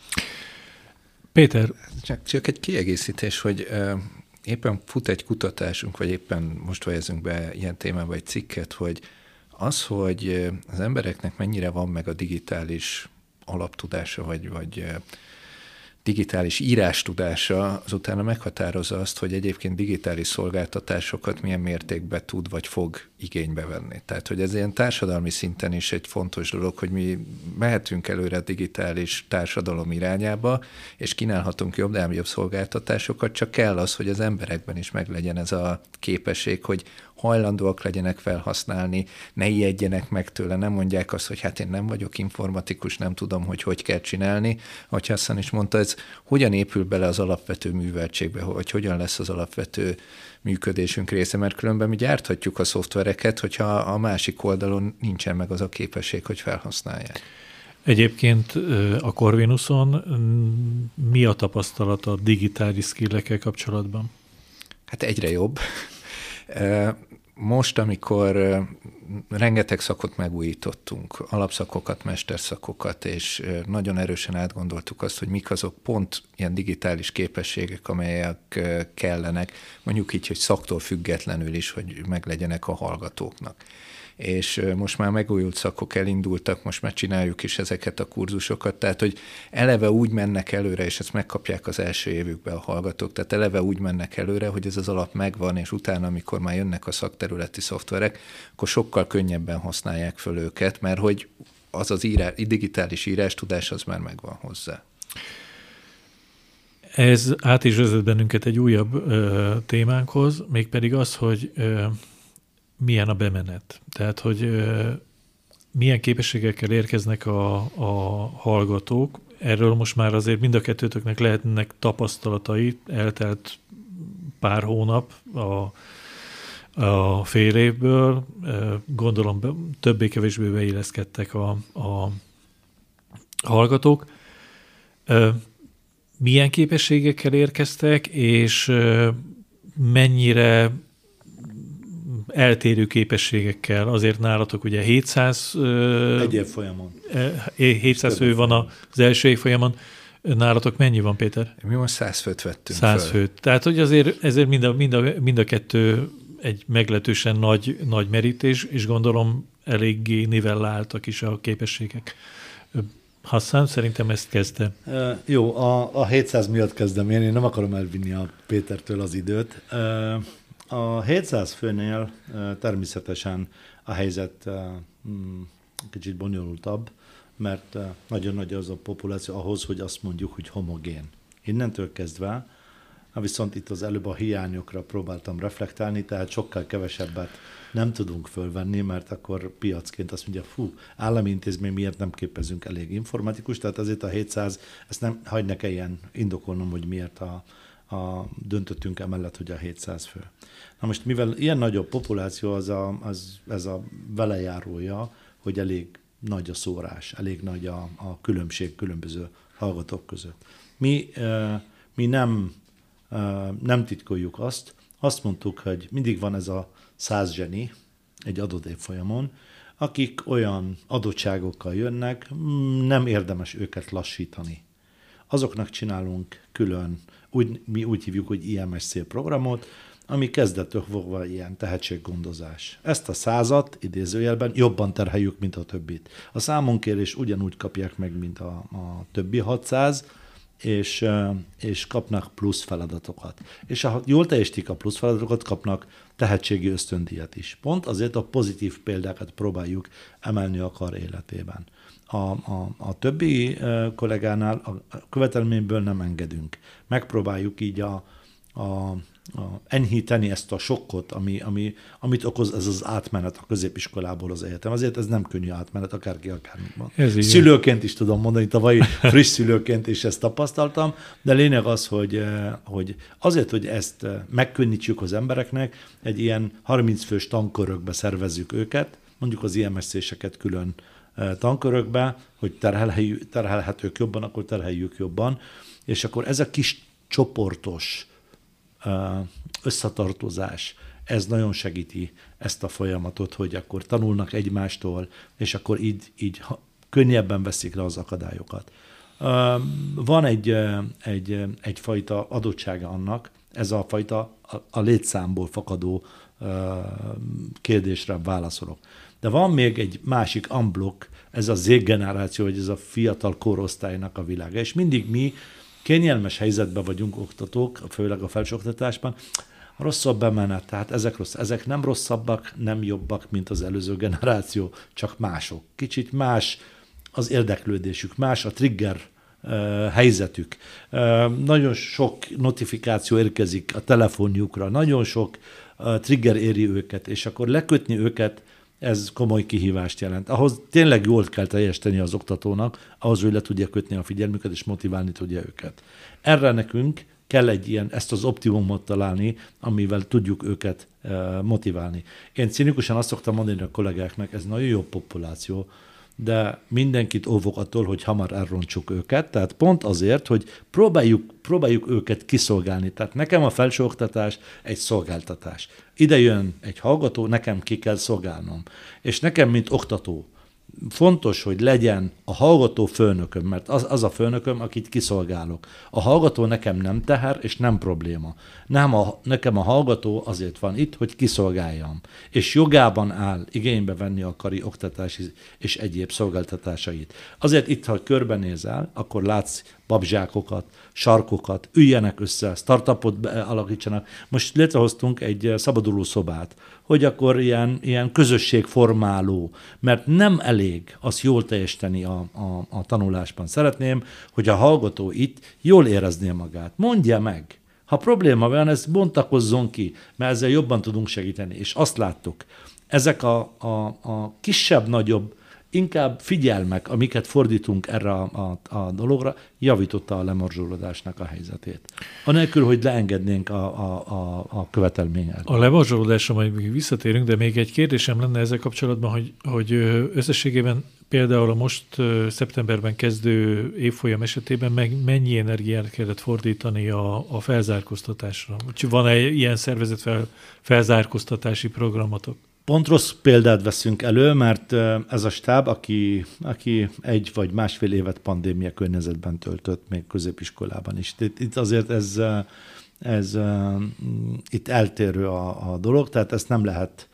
Péter. Csak, csak egy kiegészítés, hogy uh, éppen fut egy kutatásunk, vagy éppen most fejezünk be ilyen témában egy cikket, hogy az, hogy az embereknek mennyire van meg a digitális alaptudása, vagy, vagy digitális írástudása, az utána meghatározza azt, hogy egyébként digitális szolgáltatásokat milyen mértékben tud, vagy fog igénybe venni. Tehát, hogy ez ilyen társadalmi szinten is egy fontos dolog, hogy mi mehetünk előre a digitális társadalom irányába, és kínálhatunk jobb, de jobb szolgáltatásokat, csak kell az, hogy az emberekben is meglegyen ez a képesség, hogy hajlandóak legyenek felhasználni, ne ijedjenek meg tőle, nem mondják azt, hogy hát én nem vagyok informatikus, nem tudom, hogy hogy kell csinálni. Ahogy Hassan is mondta, ez hogyan épül bele az alapvető műveltségbe, hogy hogyan lesz az alapvető működésünk része, mert különben mi gyárthatjuk a szoftvereket, hogyha a másik oldalon nincsen meg az a képesség, hogy felhasználják. Egyébként a Corvinuson mi a tapasztalata a digitális skillekkel kapcsolatban? Hát egyre jobb. Most, amikor rengeteg szakot megújítottunk, alapszakokat, mesterszakokat, és nagyon erősen átgondoltuk azt, hogy mik azok pont ilyen digitális képességek, amelyek kellenek, mondjuk így, hogy szaktól függetlenül is, hogy meglegyenek a hallgatóknak. És most már megújult szakok elindultak, most már csináljuk is ezeket a kurzusokat, tehát hogy eleve úgy mennek előre, és ezt megkapják az első évükben a hallgatók, tehát eleve úgy mennek előre, hogy ez az alap megvan, és utána, amikor már jönnek a szakterületi szoftverek, akkor sokkal könnyebben használják föl őket, mert hogy az az írás, digitális írás tudás az már megvan hozzá. Ez át is vezet bennünket egy újabb ö, témánkhoz, mégpedig az, hogy ö, milyen a bemenet. Tehát, hogy ö, milyen képességekkel érkeznek a, a hallgatók. Erről most már azért mind a kettőtöknek lehetnek tapasztalatai, eltelt pár hónap a, a fél évből. Gondolom többé-kevésbé beilleszkedtek a, a hallgatók. Milyen képességekkel érkeztek, és mennyire eltérő képességekkel? Azért nálatok ugye hétszáz... Egy év folyamon. hétszáz fő van az első év folyamon. Nálatok mennyi van, Péter? Mi most száz főt vettünk száz föl. főt. Tehát, hogy azért ezért mind a, mind a, mind a kettő egy meglehetősen nagy, nagy merítés, és gondolom eléggé nivelláltak is a képességek. Hassan, szerintem ezt kezdte. Uh, jó, a, a hétszáz miatt kezdem én, én nem akarom elvinni a Pétertől az időt. Uh, a hétszáz főnél uh, természetesen a helyzet uh, hmm, kicsit bonyolultabb, mert uh, nagyon nagy az a populáció ahhoz, hogy azt mondjuk, hogy homogén. Innentől kezdve, viszont itt az előbb a hiányokra próbáltam reflektálni, tehát sokkal kevesebbet nem tudunk fölvenni, mert akkor piacként azt mondja, fú, állami intézmény miért nem képezünk elég informatikus, tehát azért a hétszáz, ezt nem hagyj ne kelljen indokolnom, hogy miért a, a döntöttünk emellett, hogy a hétszáz fő. Na most, mivel ilyen nagyobb populáció, az a, az, ez a velejárója, hogy elég nagy a szórás, elég nagy a, a különbség különböző hallgatók között. Mi, mi nem, nem titkoljuk azt, azt mondtuk, hogy mindig van ez a száz zseni egy adott évfolyamon, akik olyan adottságokkal jönnek, nem érdemes őket lassítani. Azoknak csinálunk külön, úgy, mi úgy hívjuk, hogy i em es cé programot, ami kezdettől fogva ilyen tehetséggondozás. Ezt a százat idézőjelben jobban terheljük, mint a többit. A számonkérés ugyanúgy kapják meg, mint a, a többi hatszáz, és, és kapnak plusz feladatokat. És ha jól teljesítik a plusz feladatokat, kapnak tehetségi ösztöndíjat is. Pont azért a pozitív példákat próbáljuk emelni a kar életében. A, a, a többi kollégánál a követelményből nem engedünk. Megpróbáljuk így a, a A, enyhíteni ezt a sokkot, ami, ami, amit okoz ez az átmenet a középiskolából az egyetem. Azért ez nem könnyű átmenet, akárki akármit mond. Szülőként is tudom mondani, tavaly friss szülőként is ezt tapasztaltam, de lényeg az, hogy, hogy azért, hogy ezt megkönnyítsük az embereknek, egy ilyen harminc fős tankörökbe szervezzük őket, mondjuk az i em es cé-seket külön tankörökbe, hogy terhelhetők jobban, akkor terheljük jobban, és akkor ez a kis csoportos összetartozás, ez nagyon segíti ezt a folyamatot, hogy akkor tanulnak egymástól, és akkor így, így könnyebben veszik le az akadályokat. Van egy, egy, egyfajta adottsága annak, ez a fajta a létszámból fakadó kérdésre válaszolok. De van még egy másik unblock, ez a Z-generáció, vagy ez a fiatal korosztálynak a világa, és mindig mi kényelmes helyzetben vagyunk oktatók, főleg a felsőoktatásban, rosszabb bemenet, tehát ezek, rossz, ezek nem rosszabbak, nem jobbak, mint az előző generáció, csak mások. Kicsit más az érdeklődésük, más a trigger uh, helyzetük. Uh, nagyon sok notifikáció érkezik a telefonjukra, nagyon sok uh, trigger éri őket, és akkor lekötni őket, ez komoly kihívást jelent. Ahhoz tényleg jól kell teljesíteni az oktatónak, ahhoz, hogy le tudja kötni a figyelmüket, és motiválni tudja őket. Erre nekünk kell egy ilyen, ezt az optimumot találni, amivel tudjuk őket uh, motiválni. Én cinikusan azt szoktam mondani a kollégáknak, ez nagyon jó populáció, de mindenkit óvok attól, hogy hamar elrontsuk őket, tehát pont azért, hogy próbáljuk, próbáljuk őket kiszolgálni. Tehát nekem a felsőoktatás egy szolgáltatás. Ide jön egy hallgató, nekem ki kell szolgálnom. És nekem, mint oktató, fontos, hogy legyen a hallgató főnököm, mert az, az a főnököm, akit kiszolgálok. A hallgató nekem nem teher, és nem probléma. Nem a, nekem a hallgató azért van itt, hogy kiszolgáljam. És jogában áll igénybe venni a kari oktatási és egyéb szolgáltatásait. Azért itt, ha körbenézel, akkor látsz babzsákokat, sarkokat, üljenek össze, startupot alakítsanak. Most létrehoztunk egy szabaduló szobát, hogy akkor ilyen, ilyen közösségformáló, mert nem elég azt jól teljesíteni a, a, a tanulásban. Szeretném, hogy a hallgató itt jól érezné magát. Mondja meg, ha probléma van, ezt bontakozzon ki, mert ezzel jobban tudunk segíteni. És azt láttuk, ezek a, a, a kisebb-nagyobb, inkább figyelmek, amiket fordítunk erre a, a, a dologra, javította a lemorzsolódásnak a helyzetét. Anélkül, hogy leengednénk a, a, a, a követelményeket. A lemorzsolódásra majd visszatérünk, de még egy kérdésem lenne ezzel kapcsolatban, hogy, hogy összességében például a most szeptemberben kezdő évfolyam esetében meg mennyi energiát kellett fordítani a, a felzárkóztatásra? Van-e ilyen szervezet fel, felzárkóztatási programotok? Pont rossz példát veszünk elő, mert ez a stáb, aki, aki egy vagy másfél évet pandémia környezetben töltött, még középiskolában is. Itt azért ez, ez itt eltérő a, a dolog, tehát ezt nem lehet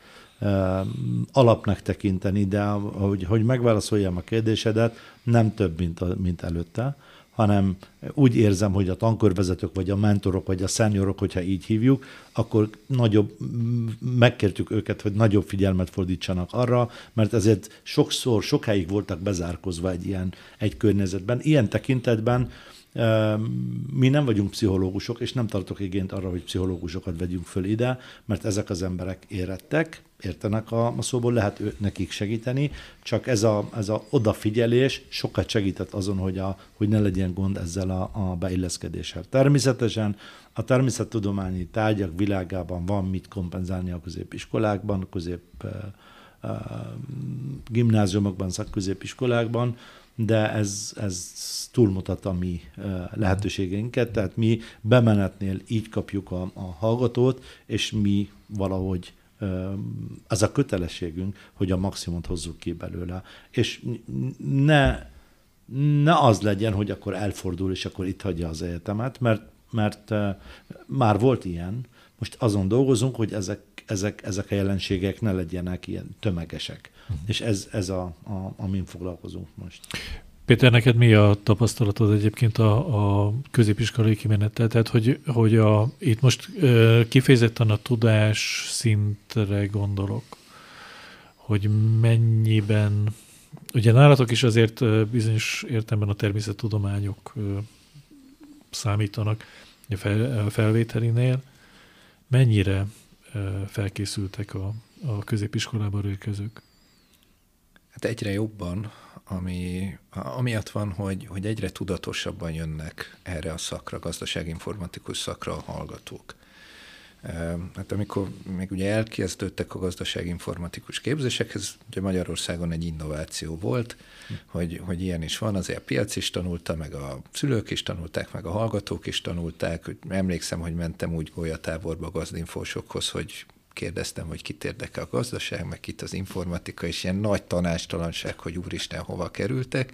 alapnak tekinteni, de hogy, hogy megválaszoljam a kérdésedet, nem több, mint, a, mint előtte, hanem úgy érzem, hogy a tankönyvvezetők, vagy a mentorok, vagy a szeniorok, hogyha így hívjuk, akkor nagyobb, megkértük őket, hogy nagyobb figyelmet fordítsanak arra, mert ezért sokszor, sokáig voltak bezárkozva egy ilyen egy környezetben. Ilyen tekintetben mi nem vagyunk pszichológusok, és nem tartok igényt arra, hogy pszichológusokat vegyünk föl ide, mert ezek az emberek érettek, értenek a, a szóból, lehet ő, nekik segíteni, csak ez a, ez a odafigyelés sokat segített azon, hogy, a, hogy ne legyen gond ezzel a, a beilleszkedéssel. Természetesen a természettudományi tárgyak világában van mit kompenzálni a középiskolákban, közép uh, gimnáziumokban, szakközépiskolákban, de ez, ez túlmutat a mi lehetőségeinket, tehát mi bemenetnél így kapjuk a, a hallgatót, és mi valahogy az a kötelességünk, hogy a maximumot hozzuk ki belőle. És ne, ne az legyen, hogy akkor elfordul, és akkor itt hagyja az egyetemet, mert, mert már volt ilyen, most azon dolgozunk, hogy ezek, ezek, ezek a jelenségek ne legyenek ilyen tömegesek. Uh-huh. És ez, ez a, a, amin foglalkozunk most. Péter, neked mi a tapasztalatod egyébként a, a középiskolai kimenettel? Tehát, hogy, hogy a, itt most ö, kifejezetten a tudás szintre gondolok, hogy mennyiben, ugye nálatok is azért bizonyos értelemben a természettudományok ö, számítanak a fel, felvételinél, mennyire ö, felkészültek a, a középiskolában érkezők? Hát egyre jobban, ami amiatt van, hogy, hogy egyre tudatosabban jönnek erre a szakra, gazdaságinformatikus szakra a hallgatók. Hát amikor még ugye elkezdődtek a gazdaságinformatikus képzések, ez ugye Magyarországon egy innováció volt, hm. hogy, hogy ilyen is van, azért a piac is tanulta, meg a szülők is tanulták, meg a hallgatók is tanulták. Emlékszem, hogy mentem úgy golyatáborba gazdinfósokhoz, hogy kérdeztem, hogy kit érdekel a gazdaság, meg kit az informatika, és ilyen nagy tanácstalanság, hogy úristen, hova kerültek.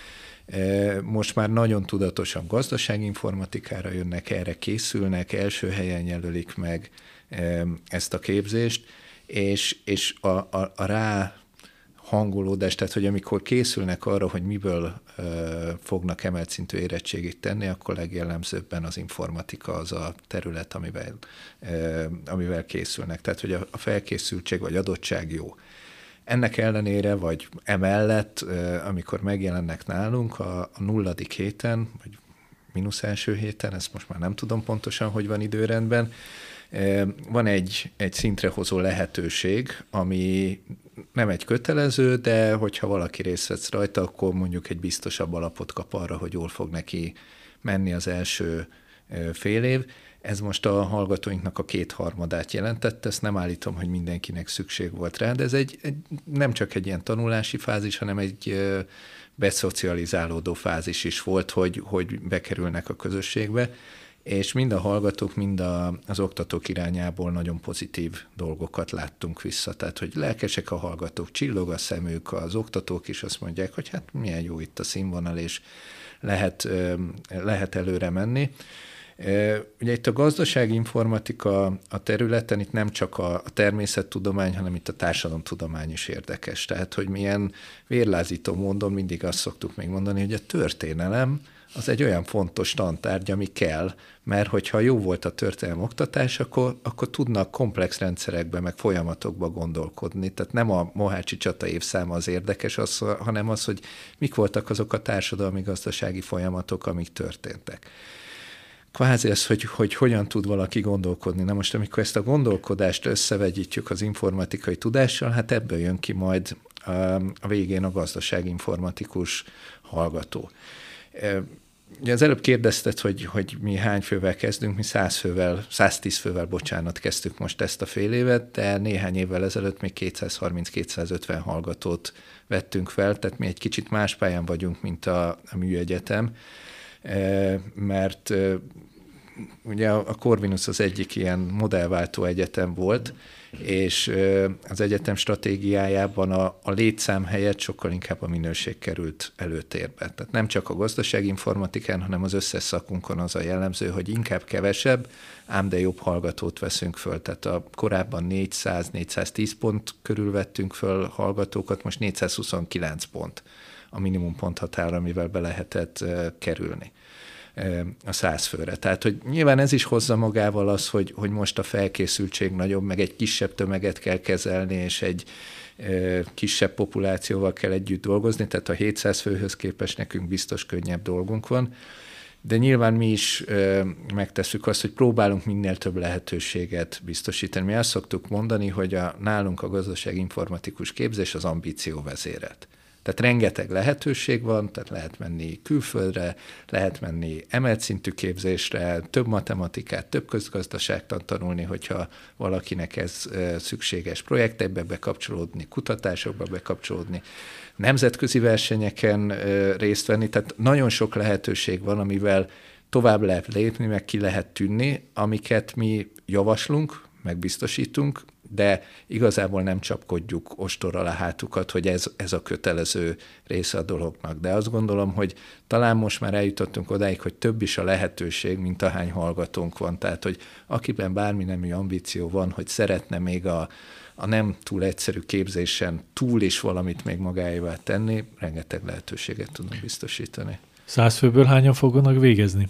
Most már nagyon tudatosan gazdaságinformatikára jönnek, erre készülnek, első helyen jelölik meg ezt a képzést, és, és a, a, a rá hangolódás, tehát hogy amikor készülnek arra, hogy miből uh, fognak emelt szintű érettségit tenni, akkor legjellemzőbben az informatika az a terület, amivel, uh, amivel készülnek. Tehát, hogy a, a felkészültség vagy adottság jó. Ennek ellenére, vagy emellett, uh, amikor megjelennek nálunk a, a nulladik héten, vagy mínusz első héten, ezt most már nem tudom pontosan, hogy van időrendben, uh, van egy, egy szintre hozó lehetőség, ami nem egy kötelező, de hogyha valaki részt vesz rajta, akkor mondjuk egy biztosabb alapot kap arra, hogy jól fog neki menni az első fél év. Ez most a hallgatóinknak a kétharmadát jelentette, ezt nem állítom, hogy mindenkinek szükség volt rá, de ez egy, egy nem csak egy ilyen tanulási fázis, hanem egy beszocializálódó fázis is volt, hogy, hogy bekerülnek a közösségbe, és mind a hallgatók, mind a, az oktatók irányából nagyon pozitív dolgokat láttunk vissza. Tehát, hogy lelkesek a hallgatók, csillog a szemük, az oktatók is azt mondják, hogy hát milyen jó itt a színvonal, és lehet, lehet előre menni. Ugye itt a gazdaságinformatika a területen, itt nem csak a természettudomány, hanem itt a társadalomtudomány is érdekes. Tehát, hogy milyen vérlázító módon mindig azt szoktuk még mondani, hogy a történelem az egy olyan fontos tantárgy, ami kell, mert hogyha jó volt a történelem oktatás, akkor, akkor tudnak komplex rendszerekben, meg folyamatokba gondolkodni. Tehát nem a Mohácsi csata évszáma az érdekes, az, hanem az, hogy mik voltak azok a társadalmi-gazdasági folyamatok, amik történtek. Kvázi ez, hogy, hogy hogyan tud valaki gondolkodni. Na most, amikor ezt a gondolkodást összevegyítjük az informatikai tudással, hát ebből jön ki majd a végén a gazdaságinformatikus hallgató. Ugye az előbb kérdezted, hogy, hogy mi hány fővel kezdünk, mi száz fővel, száztíz fővel, bocsánat, kezdtük most ezt a fél évet, de néhány évvel ezelőtt még kétszázharminc-kétszázötven hallgatót vettünk fel, tehát mi egy kicsit más pályán vagyunk, mint a, a műegyetem, mert ugye a Corvinus az egyik ilyen modellváltó egyetem volt, és az egyetem stratégiájában a, a létszám helyett sokkal inkább a minőség került előtérbe. Tehát nem csak a gazdaságinformatikán, hanem az összes szakunkon az a jellemző, hogy inkább kevesebb, ám de jobb hallgatót veszünk föl. Tehát a korábban négyszáz-négyszáztíz pont körül vettünk föl hallgatókat, most négyszázhuszonkilenc pont a minimum ponthatár, amivel be lehetett kerülni a száz főre. Tehát, hogy nyilván ez is hozza magával az, hogy, hogy most a felkészültség nagyobb, meg egy kisebb tömeget kell kezelni, és egy e, kisebb populációval kell együtt dolgozni, tehát a hétszáz főhöz képest nekünk biztos könnyebb dolgunk van, de nyilván mi is e, megtesszük azt, hogy próbálunk minél több lehetőséget biztosítani. Mi azt szoktuk mondani, hogy a, nálunk a gazdaságinformatikus képzés az ambíció vezérelt. Tehát rengeteg lehetőség van, tehát lehet menni külföldre, lehet menni emelt szintű képzésre, több matematikát, több közgazdaságtant tanulni, hogyha valakinek ez szükséges, projektekbe bekapcsolódni, kutatásokba bekapcsolódni, nemzetközi versenyeken részt venni, tehát nagyon sok lehetőség van, amivel tovább lehet lépni, meg ki lehet tűnni, amiket mi javaslunk, meg biztosítunk, de igazából nem csapkodjuk ostorral a hátukat, hogy ez, ez a kötelező része a dolognak. De azt gondolom, hogy talán most már eljutottunk odáig, hogy több is a lehetőség, mint ahány hallgatónk van. Tehát, hogy akiben bármi nemű ambíció van, hogy szeretne még a, a nem túl egyszerű képzésen túl is valamit még magáévá tenni, rengeteg lehetőséget tudunk biztosítani. Száz főből hányan fognak végezni?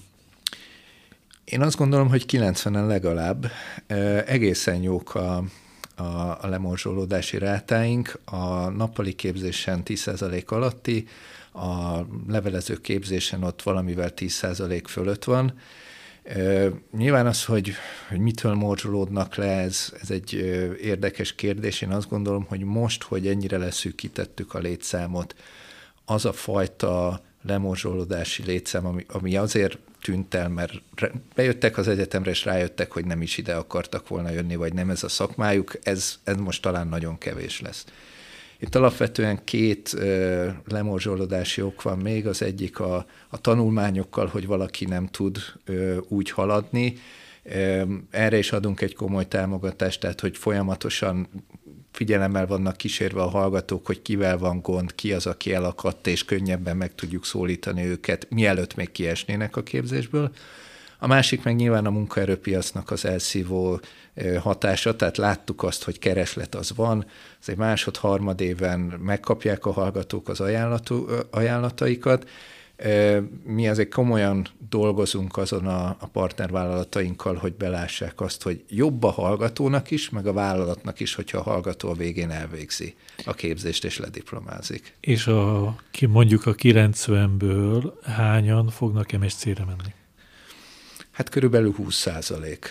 Én azt gondolom, hogy kilencvenen legalább. Egészen jók a, a, a lemorzsolódási rátáink, a nappali képzésen tíz százalék alatti, a levelező képzésen ott valamivel tíz százalék fölött van. Nyilván az, hogy, hogy mitől morzsolódnak le, ez, ez egy érdekes kérdés. Én azt gondolom, hogy most, hogy ennyire leszűkítettük a létszámot, az a fajta lemorzsolódási létszám, ami, ami azért tűnt el, mert bejöttek az egyetemre, és rájöttek, hogy nem is ide akartak volna jönni, vagy nem ez a szakmájuk, ez, ez most talán nagyon kevés lesz. Itt alapvetően két uh, lemorzsolódási ok van még, az egyik a, a tanulmányokkal, hogy valaki nem tud uh, úgy haladni. Um, erre is adunk egy komoly támogatást, tehát hogy folyamatosan figyelemmel vannak kísérve a hallgatók, hogy kivel van gond, ki az, aki elakadt, és könnyebben meg tudjuk szólítani őket, mielőtt még kiesnének a képzésből. A másik meg nyilván a munkaerőpiacnak az elszívó hatása, tehát láttuk azt, hogy kereslet az van, az egy másod-harmad éven megkapják a hallgatók az ajánlataikat. Mi azért komolyan dolgozunk azon a, a partnervállalatainkkal, hogy belássák azt, hogy jobb a hallgatónak is, meg a vállalatnak is, hogyha a hallgató a végén elvégzi a képzést és lediplomázik. És a, mondjuk a kilencvenből hányan fognak em es cére menni? Hát körülbelül húsz százalék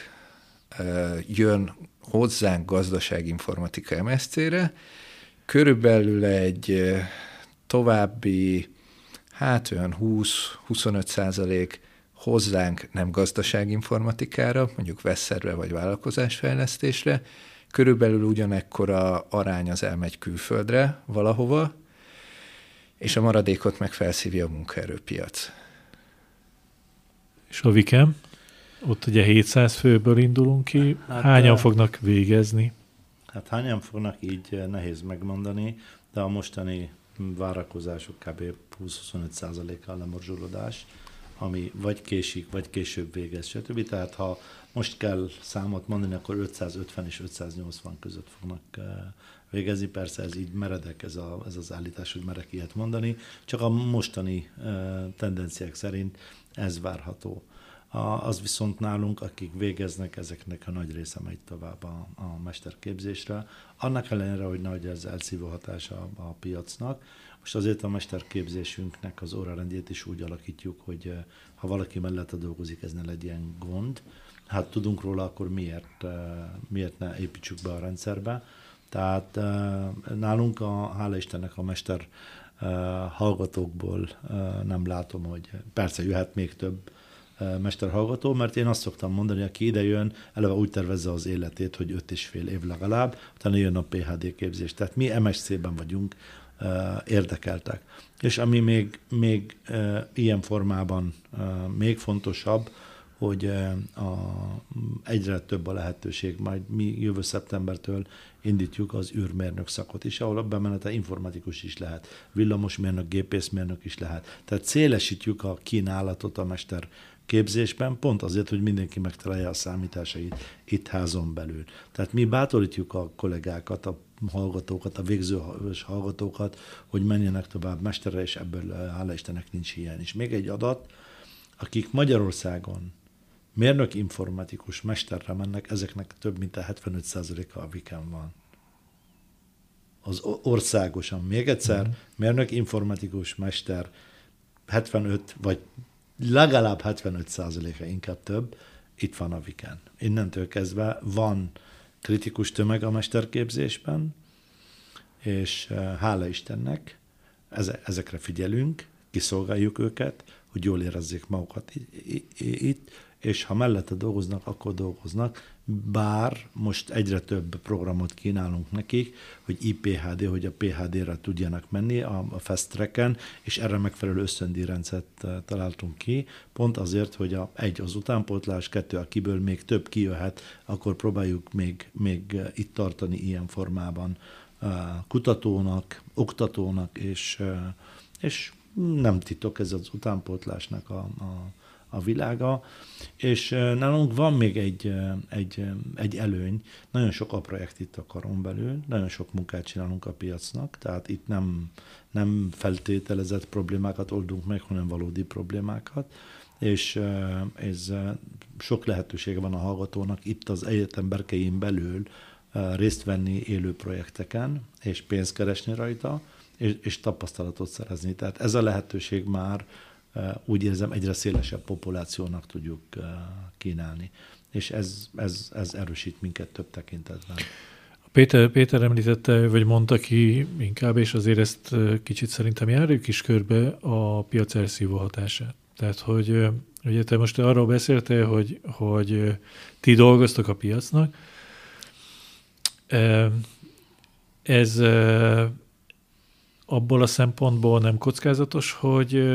jön hozzánk gazdaságinformatika em es cére, körülbelül egy további hát olyan húsz-huszonöt százalék hozzánk nem gazdaságinformatikára, mondjuk veszszerre vagy vállalkozásfejlesztésre, körülbelül ugyanekkora arány az elmegy külföldre valahova, és a maradékot meg felszívja a munkaerőpiac. És a Vikem? Ott ugye hétszáz főből indulunk ki. Hát, hányan de... fognak végezni? Hát hányan fognak, így nehéz megmondani, de a mostani várakozások kb. húsz-huszonöt százalékkal lemorzsolódás. ami vagy késik, vagy később végez, stb. Tehát ha most kell számot mondani, akkor ötszázötven és ötszáznyolcvan között fognak végezni. Persze ez így meredek, ez, a, ez az állítás, hogy merek ilyet mondani, csak a mostani tendenciák szerint ez várható. Az viszont nálunk, akik végeznek, ezeknek a nagy része megy tovább a, a mesterképzésre. Annak ellenére, hogy nagy ez elszívó hatása a, a piacnak. Most azért a mesterképzésünknek az órarendjét is úgy alakítjuk, hogy ha valaki mellette dolgozik, ez ne legyen gond. Hát tudunk róla, akkor miért, miért ne építsük be a rendszerbe. Tehát nálunk, a, hála Istennek, a mester hallgatókból nem látom, hogy persze jöhet még több mesterhallgató, mert én azt szoktam mondani, aki ide jön, eleve úgy tervezze az életét, hogy öt és fél év legalább, utána jön a pé há dé képzés. Tehát mi em es cé-ben vagyunk érdekeltek. És ami még, még ilyen formában még fontosabb, hogy a, egyre több a lehetőség, majd mi jövő szeptembertől indítjuk az űrmérnök szakot is, ahol a bemenete informatikus is lehet, villamosmérnök, gépészmérnök is lehet. Tehát szélesítjük a kínálatot a mester képzésben, pont azért, hogy mindenki megtalálja a számításait itt házon belül. Tehát mi bátorítjuk a kollégákat, a hallgatókat, a végző hallgatókat, hogy menjenek tovább mesterre, és ebből hála Istennek nincs hiány. És még egy adat, akik Magyarországon mérnök informatikus mesterre mennek, ezeknek több mint a hetvenöt százaléka a Viken van. Az országosan. Még egyszer, mm. mérnök informatikus mester hetvenöt, vagy legalább hetvenöt százaléka, inkább több, itt van a Viken. Innentől kezdve van kritikus tömeg a mesterképzésben, és hála Istennek, ezekre figyelünk, kiszolgáljuk őket, hogy jól érezzék magukat itt, és ha mellette dolgoznak, akkor dolgoznak, bár most egyre több programot kínálunk nekik, hogy i pé há dé, hogy a pé há dé-re tudjanak menni a, a fast tracken, és erre megfelelő ösztöndíjrendszert találtunk ki, pont azért, hogy a, egy az utánpótlás, kettő akiből még több kijöhet, akkor próbáljuk még, még itt tartani ilyen formában kutatónak, oktatónak, és, és nem titok ez az utánpótlásnak a, a, a világa, és nálunk van még egy, egy, egy előny, nagyon sok a projekt itt a karon belül, nagyon sok munkát csinálunk a piacnak, tehát itt nem, nem feltételezett problémákat oldunk meg, hanem valódi problémákat, és ez sok lehetősége van a hallgatónak itt az egyetem berkein belül részt venni élő projekteken, és pénzt keresni rajta, és, és tapasztalatot szerezni. Tehát ez a lehetőség már úgy érzem, egyre szélesebb populációnak tudjuk kínálni. És ez, ez, ez erősít minket több tekintetben. Péter, Péter említette, vagy mondta ki inkább, és azért ezt kicsit szerintem járjuk is körbe, a piac elszívó hatását. Tehát, hogy ugye te most arról beszéltél, hogy, hogy ti dolgoztok a piacnak. Ez abból a szempontból nem kockázatos, hogy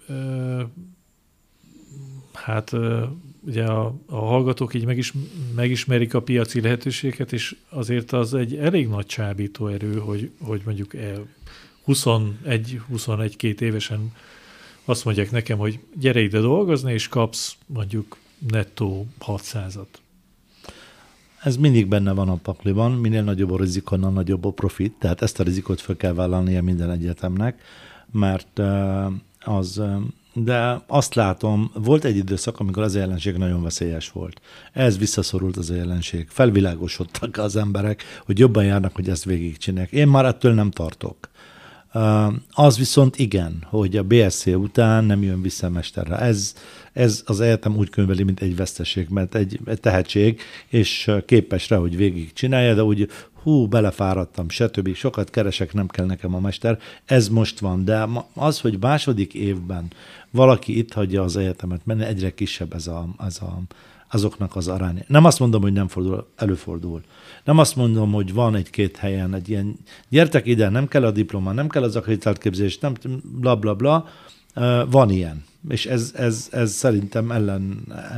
hát ugye a, a hallgatók így megis, megismerik a piaci lehetőséget, és azért az egy elég nagy csábító erő, hogy, hogy mondjuk huszonegy huszonegy-két évesen azt mondják nekem, hogy gyere ide dolgozni, és kapsz mondjuk nettó hatszázat. Ez mindig benne van a pakliban, minél nagyobb a rizikó, annál nagyobb a profit, tehát ezt a rizikót fel kell vállalnia minden egyetemnek, mert az, de azt látom, volt egy időszak, amikor az jelenség nagyon veszélyes volt. Ez visszaszorult az a jelenség. Felvilágosodtak az emberek, hogy jobban járnak, hogy ezt végigcsinálják. Én már ettől nem tartok. Az viszont igen, hogy a bé es cé után nem jön vissza mesterre. Ez, ez az egyetem úgy könyveli, mint egy veszteség, mert egy, egy tehetség, és képes rá, hogy végig csinálja, de úgy hú, belefáradtam, stb. Sokat keresek, nem kell nekem a mester. Ez most van, de az, hogy második évben valaki itt hagyja az egyetemet menni, egyre kisebb ez a, ez a, azoknak az aránya. Nem azt mondom, hogy nem fordul, előfordul. Nem azt mondom, hogy van egy-két helyen egy ilyen, gyertek ide, nem kell a diploma, nem kell az akreditált képzés, nem bla bla bla, van ilyen. És ez, ez, ez szerintem ellen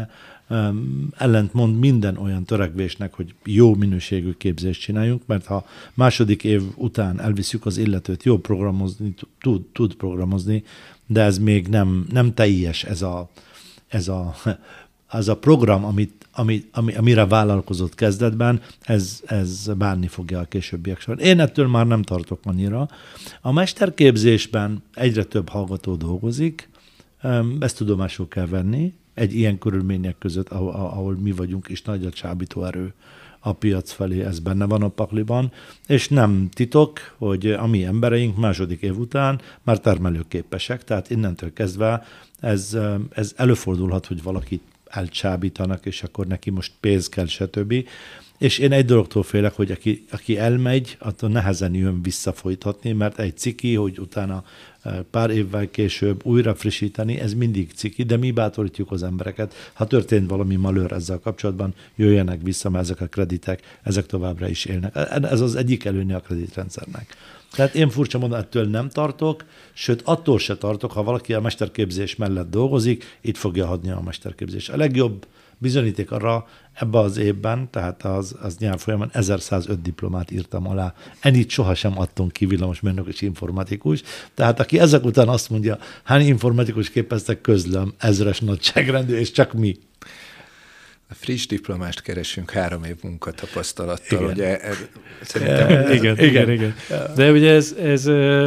ellentmond minden olyan törekvésnek, hogy jó minőségű képzést csináljunk, mert ha második év után elviszük az illetőt, jó programozni, tud, tud programozni, de ez még nem, nem teljes ez a, ez a, az a program, amit, ami, ami, amire vállalkozott kezdetben, ez, ez bánni fogja a későbbiek során. Én ettől már nem tartok annyira. A mesterképzésben egyre több hallgató dolgozik, ezt tudomásul kell venni, egy ilyen körülmények között, ahol, ahol mi vagyunk, és nagy a csábító erő a piac felé, ez benne van a pakliban, és nem titok, hogy a mi embereink második év után már termelőképesek, tehát innentől kezdve ez, ez előfordulhat, hogy valakit elcsábítanak, és akkor neki most pénz kell, stb. És én egy dologtól félek, hogy aki, aki elmegy, attól nehezen jön visszafolytatni, mert egy ciki, hogy utána pár évvel később újra frissíteni, ez mindig ciki, de mi bátorítjuk az embereket. Ha történt valami malőr ezzel kapcsolatban, jöjjenek vissza, mert ezek a kreditek, ezek továbbra is élnek. Ez az egyik előnye a kreditrendszernek. Tehát én furcsa módon ettől nem tartok, sőt attól se tartok, ha valaki a mesterképzés mellett dolgozik, itt fogja hagyni a mesterképzés. A legjobb bizonyíték arra ebben az évben, tehát az, az nyár folyamán ezerszázöt diplomát írtam alá. Ennyit sohasem adtunk ki villamosmérnök és informatikus. Tehát aki ezek után azt mondja, hány informatikus képeztek, közlöm, ezres nagyságrendű, és csak mi. A friss diplomást keresünk három év munkatapasztalattal. Igen. Ugye, ez, szerintem... igen, igen, igen. De ugye ez, ez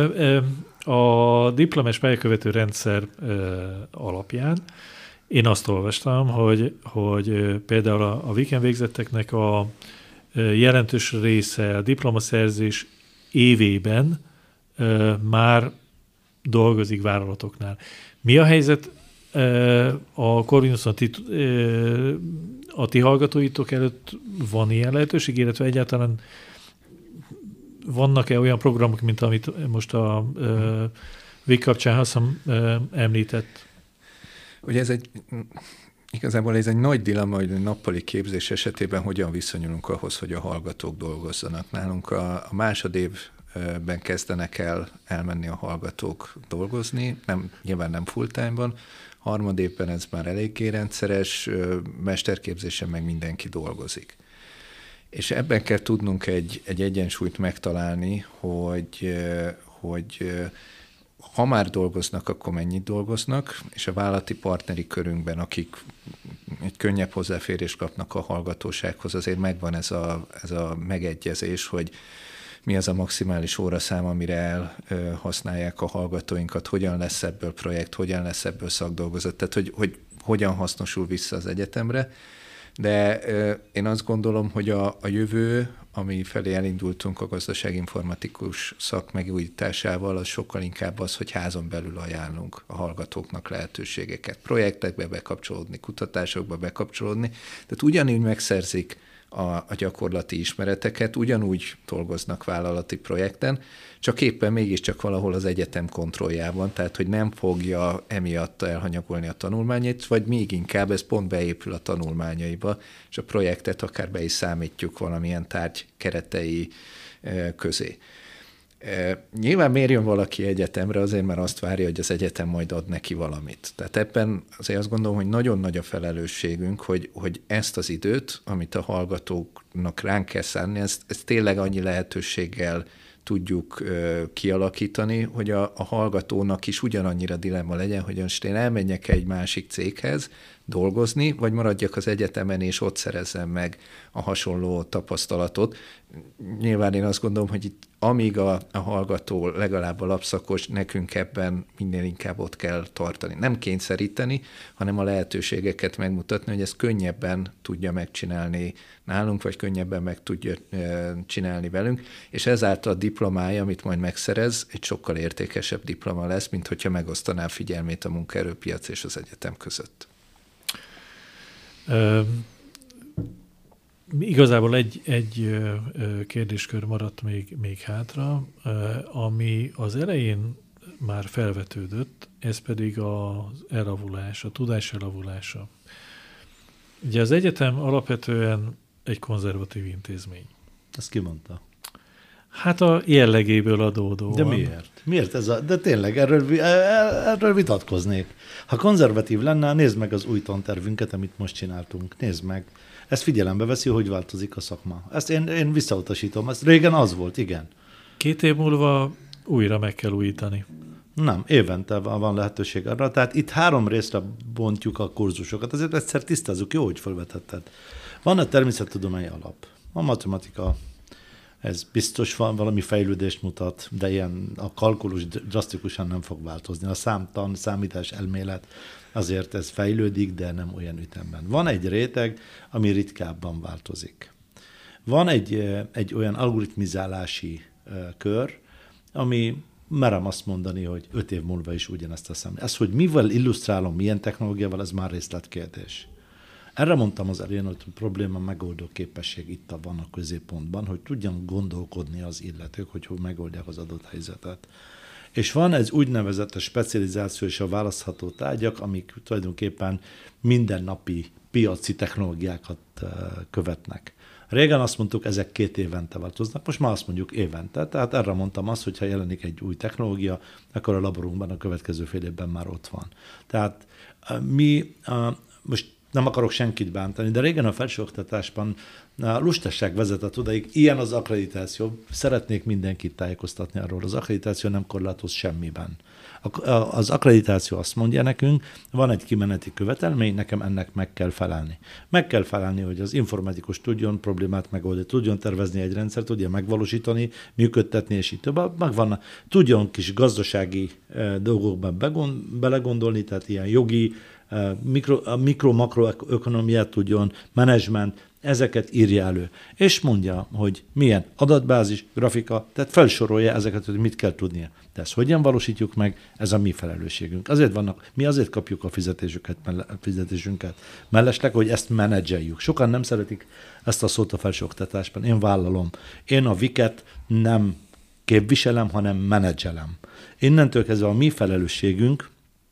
a diplomás pályakövető rendszer alapján én azt olvastam, hogy, hogy például a, a weekend végzetteknek a jelentős része a diplomaszerzés évében már dolgozik vállalatoknál. Mi a helyzet a Corvinuson a ti, a ti hallgatóitok előtt van ilyen lehetőség, illetve egyáltalán vannak-e olyan programok, mint amit most a vég kapcsán Haszam említett? Ugye ez egy, igazából ez egy nagy dilemma, hogy a nappali képzés esetében hogyan viszonyulunk ahhoz, hogy a hallgatók dolgozzanak. Nálunk a, a másodévben kezdenek el elmenni a hallgatók dolgozni, nem, nyilván nem full-time-ban, harmadévben ez már eléggé rendszeres, mesterképzésen meg mindenki dolgozik. És ebben kell tudnunk egy, egy egyensúlyt megtalálni, hogy, hogy ha már dolgoznak, akkor mennyit dolgoznak, és a vállalati partneri körünkben, akik egy könnyebb hozzáférést kapnak a hallgatósághoz, azért megvan ez a, ez a megegyezés, hogy mi az a maximális óraszám, amire elhasználják a hallgatóinkat, hogyan lesz ebből projekt, hogyan lesz ebből szakdolgozat, tehát hogy, hogy hogyan hasznosul vissza az egyetemre. De én azt gondolom, hogy a, a jövő, ami felé elindultunk a gazdaságinformatikus szak megújításával, az sokkal inkább az, hogy házon belül ajánlunk a hallgatóknak lehetőségeket, projektekbe bekapcsolódni, kutatásokba bekapcsolódni. Tehát ugyanúgy megszerzik a, a gyakorlati ismereteket, ugyanúgy dolgoznak vállalati projekten, csak éppen mégiscsak valahol az egyetem kontrolljában, tehát hogy nem fogja emiatt elhanyagolni a tanulmányait, vagy még inkább ez pont beépül a tanulmányaiba, és a projektet akár be is számítjuk valamilyen tárgy keretei közé. Nyilván miért jön valaki egyetemre? Azért, mert azt várja, hogy az egyetem majd ad neki valamit. Tehát ebben azért azt gondolom, hogy nagyon nagy a felelősségünk, hogy, hogy ezt az időt, amit a hallgatóknak ránk kell szánni, ezt, ezt tényleg annyi lehetőséggel tudjuk uh, kialakítani, hogy a, a hallgatónak is ugyanannyira dilemma legyen, hogy most én elmenjek egy másik céghez dolgozni, vagy maradjak az egyetemen, és ott szerezzem meg a hasonló tapasztalatot. Nyilván én azt gondolom, hogy itt amíg a, a hallgató legalább a lapszakos, nekünk ebben minél inkább ott kell tartani. Nem kényszeríteni, hanem a lehetőségeket megmutatni, hogy ezt könnyebben tudja megcsinálni nálunk, vagy könnyebben meg tudja e, csinálni velünk, és ezáltal a diplomája, amit majd megszerez, egy sokkal értékesebb diploma lesz, mint hogyha megosztaná figyelmét a munkaerőpiac és az egyetem között. Uh, igazából egy, egy kérdéskör maradt még, még hátra, uh, ami az elején már felvetődött, ez pedig az elavulás, a tudás elavulása. Ugye az egyetem alapvetően egy konzervatív intézmény. Ezt ki mondta? Hát a jellegéből adódóan. De miért? Miért ez a... De tényleg, erről, erről vitatkoznék. Ha konzervatív lenne, nézd meg az új tantervünket, amit most csináltunk. Nézd meg. Ezt figyelembe veszi, hogy változik a szakma. Ezt én, én visszautasítom. Ez régen az volt, igen. Két év múlva újra meg kell újítani. Nem, évente van lehetőség arra. Tehát itt három részre bontjuk a kurzusokat. Azért egyszer tisztázzuk, jó, hogy felvetetted. Van a természettudományi alap. A matematika, ez biztos van, valami fejlődést mutat, de ilyen a kalkulus drasztikusan nem fog változni. A számtan, számítás elmélet, azért ez fejlődik, de nem olyan ütemben. Van egy réteg, ami ritkábban változik. Van egy, egy olyan algoritmizálási kör, ami merem azt mondani, hogy öt év múlva is ugyanezt teszem. Ez, hogy mivel illusztrálom, milyen technológiával, ez már részletkérdés. Erre mondtam az elején, hogy a probléma megoldó képesség itt van a középpontban, hogy tudjam gondolkodni az illetők, hogy hogy megoldják az adott helyzetet. És van egy úgynevezett specializáció és a választható tárgyak, amik tulajdonképpen mindennapi piaci technológiákat követnek. Régen azt mondtuk, ezek két évente változnak, most már azt mondjuk évente. Tehát erre mondtam azt, hogy ha jelenik egy új technológia, akkor a laborunkban a következő fél évben már ott van. Tehát mi most nem akarok senkit bántani, de régen a felsőoktatásban a lustaság vezetett odaig, ilyen az akkreditáció. Szeretnék mindenkit tájékoztatni arról, az akkreditáció nem korlátoz semmiben. Az akkreditáció azt mondja nekünk, van egy kimeneti követelmény, nekem ennek meg kell felelni. Meg kell felelni, hogy az informatikus tudjon problémát megoldani, tudjon tervezni egy rendszert, tudja megvalósítani, működtetni, és így több. Megvan, tudjon kis gazdasági dolgokban belegondolni, tehát ilyen jogi, mikro, mikro-makroökonomiát tudjon, menedzsment, ezeket írja elő. És mondja, hogy milyen adatbázis, grafika, tehát felsorolja ezeket, hogy mit kell tudnia. De ezt hogyan valósítjuk meg, ez a mi felelősségünk. Azért vannak, mi azért kapjuk a fizetésünket, fizetésünket mellesleg, hogy ezt menedzseljük. Sokan nem szeretik ezt a szót a felsőoktatásban. Én vállalom. Én a viket nem képviselem, hanem menedzselem. Innentől kezdve a mi felelősségünk,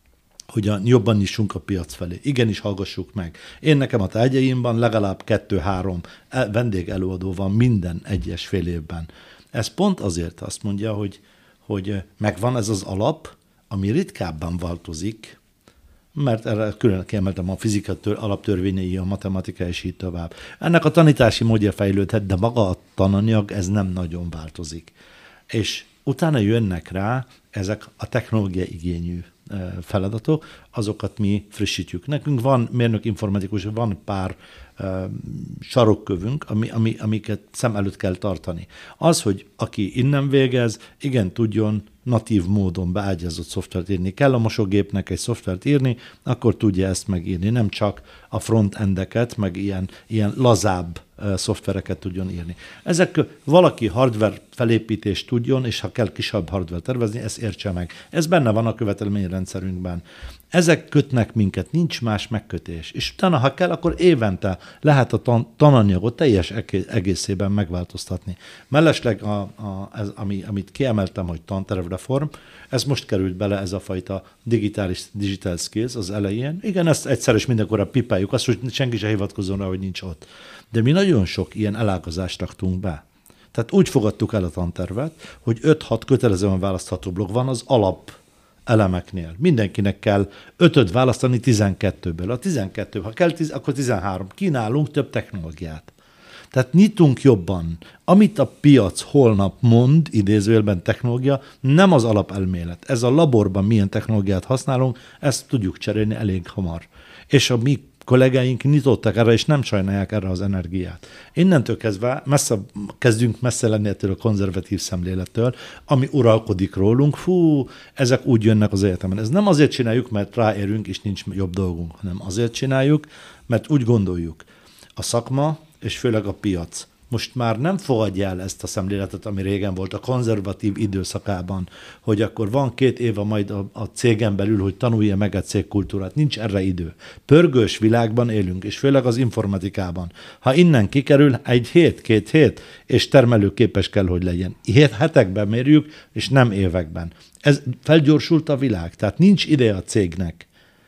hogy jobban nyissunk a piac felé. Igenis hallgassuk meg. Én nekem a tárgyaimban legalább kettő-három vendégelőadó van minden egyes fél évben. Ez pont azért azt mondja, hogy, hogy megvan ez az alap, ami ritkábban változik, mert erre külön kiemeltem a fizika alaptörvényei, a matematika és így tovább. Ennek a tanítási módja fejlődhet, de maga a tananyag, ez nem nagyon változik. És utána jönnek rá ezek a technológia igényű feladatok, azokat mi frissítjük. Nekünk van mérnök informatikus, van pár uh, sarokkövünk, ami, ami, amiket szem előtt kell tartani. Az, hogy aki innen végez, igen, tudjon natív módon beágyazott szoftvert írni. Kell a mosógépnek egy szoftvert írni, akkor tudja ezt megírni. Nem csak a front-endeket, meg ilyen, ilyen lazább uh, szoftvereket tudjon írni. Ezek valaki hardware felépítést tudjon, és ha kell kisebb hardware tervezni, ezt értse meg. Ez benne van a követelményrendszerünkben. Ezek kötnek minket, nincs más megkötés. És utána, ha kell, akkor évente lehet a tan- tananyagot teljes egészében megváltoztatni. Mellesleg, a, a, ez, ami, amit kiemeltem, hogy tantervreform, ez most került bele, ez a fajta digitális digital skills az elején. Igen, ezt egyszer és mindenkorra pipáljuk, azt, hogy senki se hivatkozzon rá, hogy nincs ott. De mi nagyon sok ilyen elágazást raktunk be. Tehát úgy fogadtuk el a tantervet, hogy öt-hat kötelezően választható blokk van az alap elemeknél. Mindenkinek kell ötöt választani tizenkettőből. A tizenkettő, ha kell, tíz, akkor tizenhárom. Kínálunk több technológiát. Tehát nyitunk jobban. Amit a piac holnap mond, idézőjelben technológia, nem az alapelmélet. Ez a laborban milyen technológiát használunk, ezt tudjuk cserélni elég hamar. És a mi kollégáink nyitottak erre, és nem sajnálják erre az energiát. Innentől kezdve messze, kezdünk messze lenni ettől a konzervatív szemlélettől, ami uralkodik rólunk, fú, ezek úgy jönnek az egyetemen. Ez nem azért csináljuk, mert ráérünk, és nincs jobb dolgunk, hanem azért csináljuk, mert úgy gondoljuk, a szakma, és főleg a piac most már nem fogadja el ezt a szemléletet, ami régen volt a konzervatív időszakában, hogy akkor van két éve majd a, a cégen belül, hogy tanulja meg a cégkultúrát. Nincs erre idő. Pörgős világban élünk, és főleg az informatikában. Ha innen kikerül, egy hét, két hét, és termelőképes kell, hogy legyen. Hét hetekben mérjük, és nem években. Ez felgyorsult a világ, tehát nincs ideje a cégnek.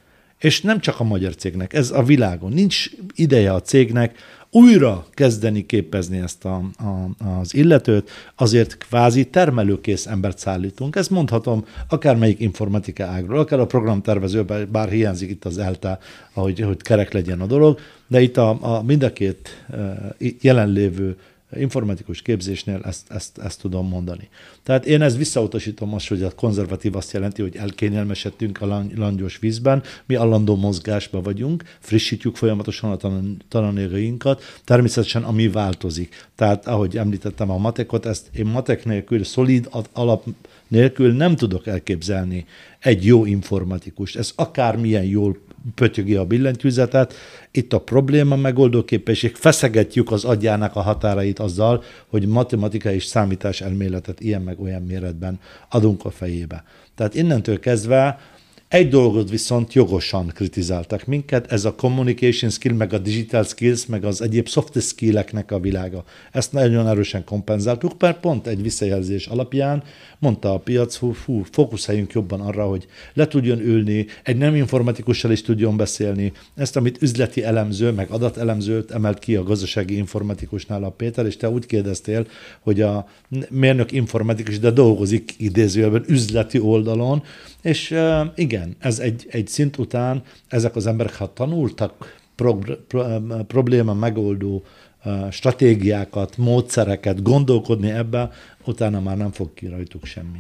És nem csak a magyar cégnek, ez a világon. Nincs ideje a cégnek újra kezdeni képezni ezt a, a, az illetőt, azért kvázi termelőkész embert szállítunk. Ezt mondhatom akármelyik informatika ágról, akár a programtervezőben, bár hiányzik itt az ELTE, ahogy, hogy kerek legyen a dolog, de itt a, a mind a két jelenlévő informatikus képzésnél ezt, ezt, ezt tudom mondani. Tehát én ezt visszautasítom azt, hogy a konzervatív azt jelenti, hogy elkényelmesedtünk a langyos vízben, mi állandó mozgásban vagyunk, frissítjük folyamatosan a tan- tananyagainkat, természetesen ami változik. Tehát ahogy említettem a matekot, ezt én matek nélkül, szolid alap nélkül nem tudok elképzelni egy jó informatikust. Ez akármilyen jól pötyögi a billentyűzetet. Itt a probléma megoldó képesség, feszegetjük az agyának a határait azzal, hogy matematika és számítás elméletet ilyen meg olyan méretben adunk a fejébe. Tehát innentől kezdve egy dolgot viszont jogosan kritizáltak minket, ez a communication skill, meg a digital skills, meg az egyéb soft skill-eknek a világa. Ezt nagyon erősen kompenzáltuk, mert pont egy visszajelzés alapján mondta a piac, hú, hú, fókuszáljunk jobban arra, hogy le tudjon ülni, egy nem informatikussal is tudjon beszélni. Ezt, amit üzleti elemző, meg adatelemzőt emelt ki a gazdasági informatikusnál a Péter, és te úgy kérdeztél, hogy a mérnök informatikus, de dolgozik idézőjelben üzleti oldalon, és uh, igen, ez egy, egy szint után ezek az emberek, ha tanultak pro, pro, probléma megoldó uh, stratégiákat, módszereket, gondolkodni ebbe, utána már nem fog ki rajtuk semmi.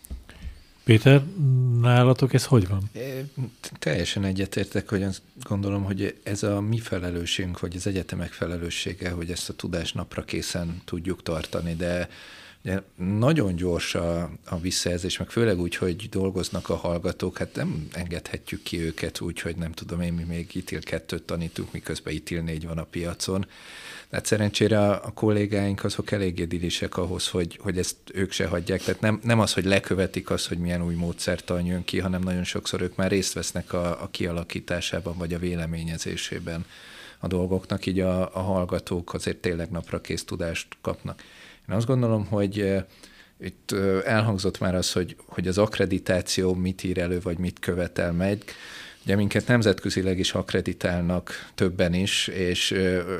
Péter, nálatok ez hogy van? Teljesen egyetértek, hogy azt gondolom, hogy ez a mi felelősségünk, vagy az egyetemek felelőssége, hogy ezt a tudást napra készen tudjuk tartani, de ugye nagyon gyors a, a visszajelzés, meg főleg úgy, hogy dolgoznak a hallgatók, hát nem engedhetjük ki őket úgy, hogy nem tudom én, mi még ITIL kettőt tanítunk, miközben ITIL négy van a piacon. Tehát szerencsére a, a kollégáink azok eléggé dilisek ahhoz, hogy, hogy ezt ők se hagyják. Tehát nem, nem az, hogy lekövetik azt, hogy milyen új módszertan jön ki, hanem nagyon sokszor ők már részt vesznek a, a kialakításában, vagy a véleményezésében a dolgoknak, így a, a hallgatók azért tényleg napra kész tudást kapnak. Én azt gondolom, hogy itt elhangzott már az, hogy, hogy az akkreditáció mit ír elő, vagy mit követel meg. Ugye minket nemzetközileg is akkreditálnak többen is, és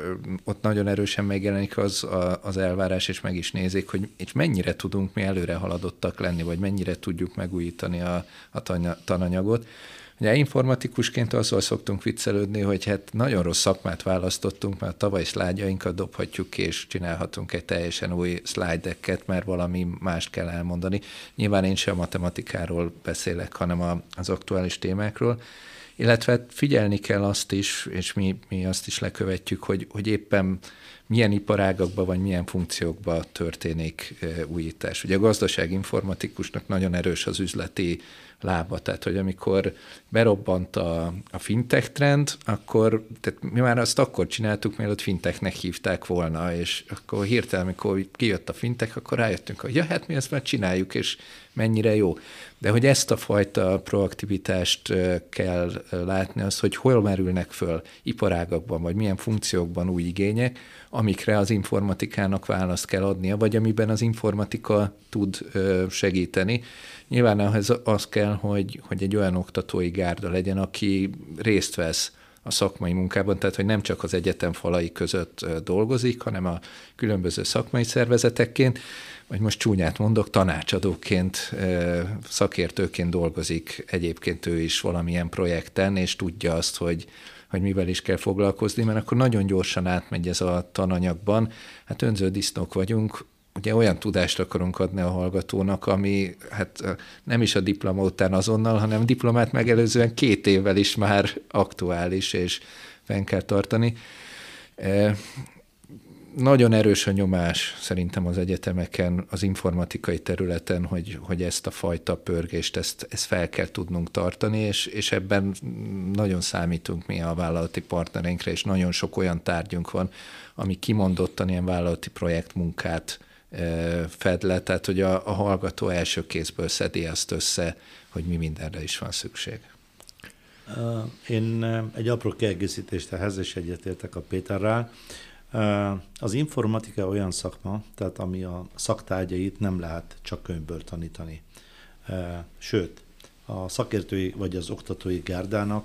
ott nagyon erősen megjelenik az, az elvárás, és meg is nézik, hogy és mennyire tudunk mi előre haladottak lenni, vagy mennyire tudjuk megújítani a, a tananyagot. Ugye informatikusként azzal szoktunk viccelődni, hogy hát nagyon rossz szakmát választottunk, mert a tavalyi szlájdjainkat dobhatjuk ki, és csinálhatunk egy teljesen új slide decket, mert valami mást kell elmondani. Nyilván én sem a matematikáról beszélek, hanem az aktuális témákról. Illetve figyelni kell azt is, és mi, mi azt is lekövetjük, hogy, hogy éppen milyen iparágakban vagy milyen funkciókban történik újítás. Ugye a gazdasági informatikusnak nagyon erős az üzleti lába, tehát hogy amikor berobbant a, a fintech trend, akkor tehát mi már azt akkor csináltuk, mielőtt fintechnek hívták volna, és akkor hirtelen, amikor kijött a fintech, akkor rájöttünk, hogy ja, hát mi ezt már csináljuk, és mennyire jó. De hogy ezt a fajta proaktivitást kell látni, az, hogy hol merülnek föl iparágakban, vagy milyen funkciókban új igények, amikre az informatikának választ kell adnia, vagy amiben az informatika tud segíteni. Nyilván ahhoz az kell, hogy, hogy egy olyan oktatói gárda legyen, aki részt vesz a szakmai munkában, tehát hogy nem csak az egyetem falai között dolgozik, hanem a különböző szakmai szervezetekként, vagy most csúnyát mondok, tanácsadóként, szakértőként dolgozik egyébként ő is valamilyen projekten, és tudja azt, hogy, hogy mivel is kell foglalkozni, mert akkor nagyon gyorsan átmegy ez a tananyagban. Hát önző disznók vagyunk, ugye olyan tudást akarunk adni a hallgatónak, ami hát nem is a diploma után azonnal, hanem diplomát megelőzően két évvel is már aktuális, és fenn kell tartani. E, nagyon erős a nyomás szerintem az egyetemeken, az informatikai területen, hogy, hogy ezt a fajta pörgést, ezt, ezt fel kell tudnunk tartani, és, és ebben nagyon számítunk mi a vállalati partnereinkre, és nagyon sok olyan tárgyunk van, ami kimondottan ilyen vállalati projektmunkát fed le, tehát hogy a, a hallgató első kézből szedi azt össze, hogy mi mindenre is van szükség. Én egy apró kiegészítést ehhez, és egyetértek a Péterrel. Az informatika olyan szakma, tehát ami a szaktárgyait nem lehet csak könyvből tanítani. Sőt, a szakértői vagy az oktatói gárdának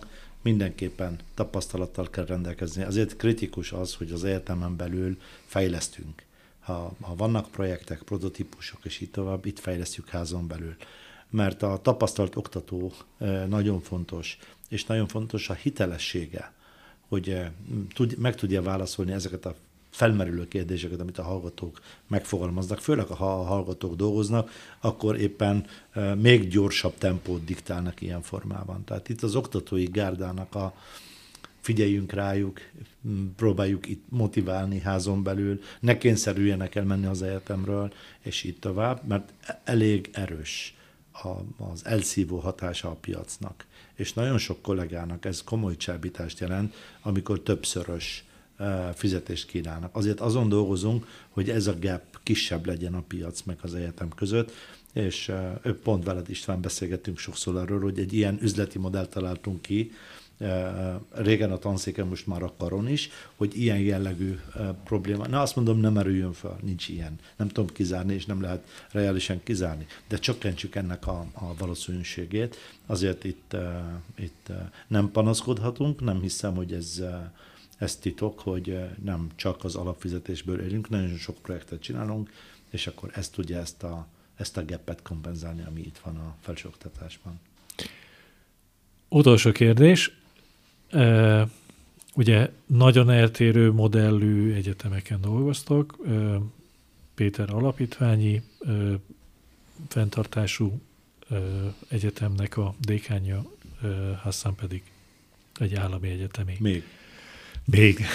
mindenképpen tapasztalattal kell rendelkezni. Azért kritikus az, hogy az egyetemen belül fejlesztünk. Ha, ha vannak projektek, prototípusok és így tovább, itt fejlesztjük házon belül. Mert a tapasztalt oktató nagyon fontos, és nagyon fontos a hitelessége, hogy tud, meg tudja válaszolni ezeket a felmerülő kérdéseket, amit a hallgatók megfogalmaznak. Főleg, ha a hallgatók dolgoznak, akkor éppen még gyorsabb tempót diktálnak ilyen formában. Tehát itt az oktatói gárdának a figyeljünk rájuk, próbáljuk itt motiválni házon belül, ne kényszerüljenek elmenni az egyetemről, és így tovább, mert elég erős az elszívó hatása a piacnak. És nagyon sok kollégának ez komoly csábítást jelent, amikor többszörös fizetést kínálnak. Azért azon dolgozunk, hogy ez a gap kisebb legyen a piac meg az egyetem között, és pont veled István beszélgettünk sokszor arról, hogy egy ilyen üzleti modellt találtunk ki, régen a tanszéken, most már a karon is, hogy ilyen jellegű probléma. Na azt mondom, nem merüljön fel, nincs ilyen. Nem tudom kizárni, és nem lehet reálisan kizárni. De csökkentsük ennek a, a valószínűségét. Azért itt, itt nem panaszkodhatunk, nem hiszem, hogy ez, ez titok, hogy nem csak az alapfizetésből élünk, nagyon sok projektet csinálunk, és akkor ezt tudja ezt a, ezt a gapet kompenzálni, ami itt van a felsőoktatásban. Utolsó kérdés. Uh, ugye nagyon eltérő modellű egyetemeken dolgoztok. Uh, Péter alapítványi uh, fenntartású uh, egyetemnek a dékánja, uh, Hassan pedig egy állami egyetemi. Még. Még.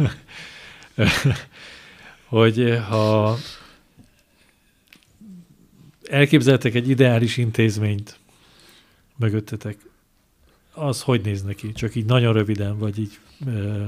Hogy ha elképzeltek egy ideális intézményt mögöttetek, az hogy néz neki? Csak így nagyon röviden, vagy így ö,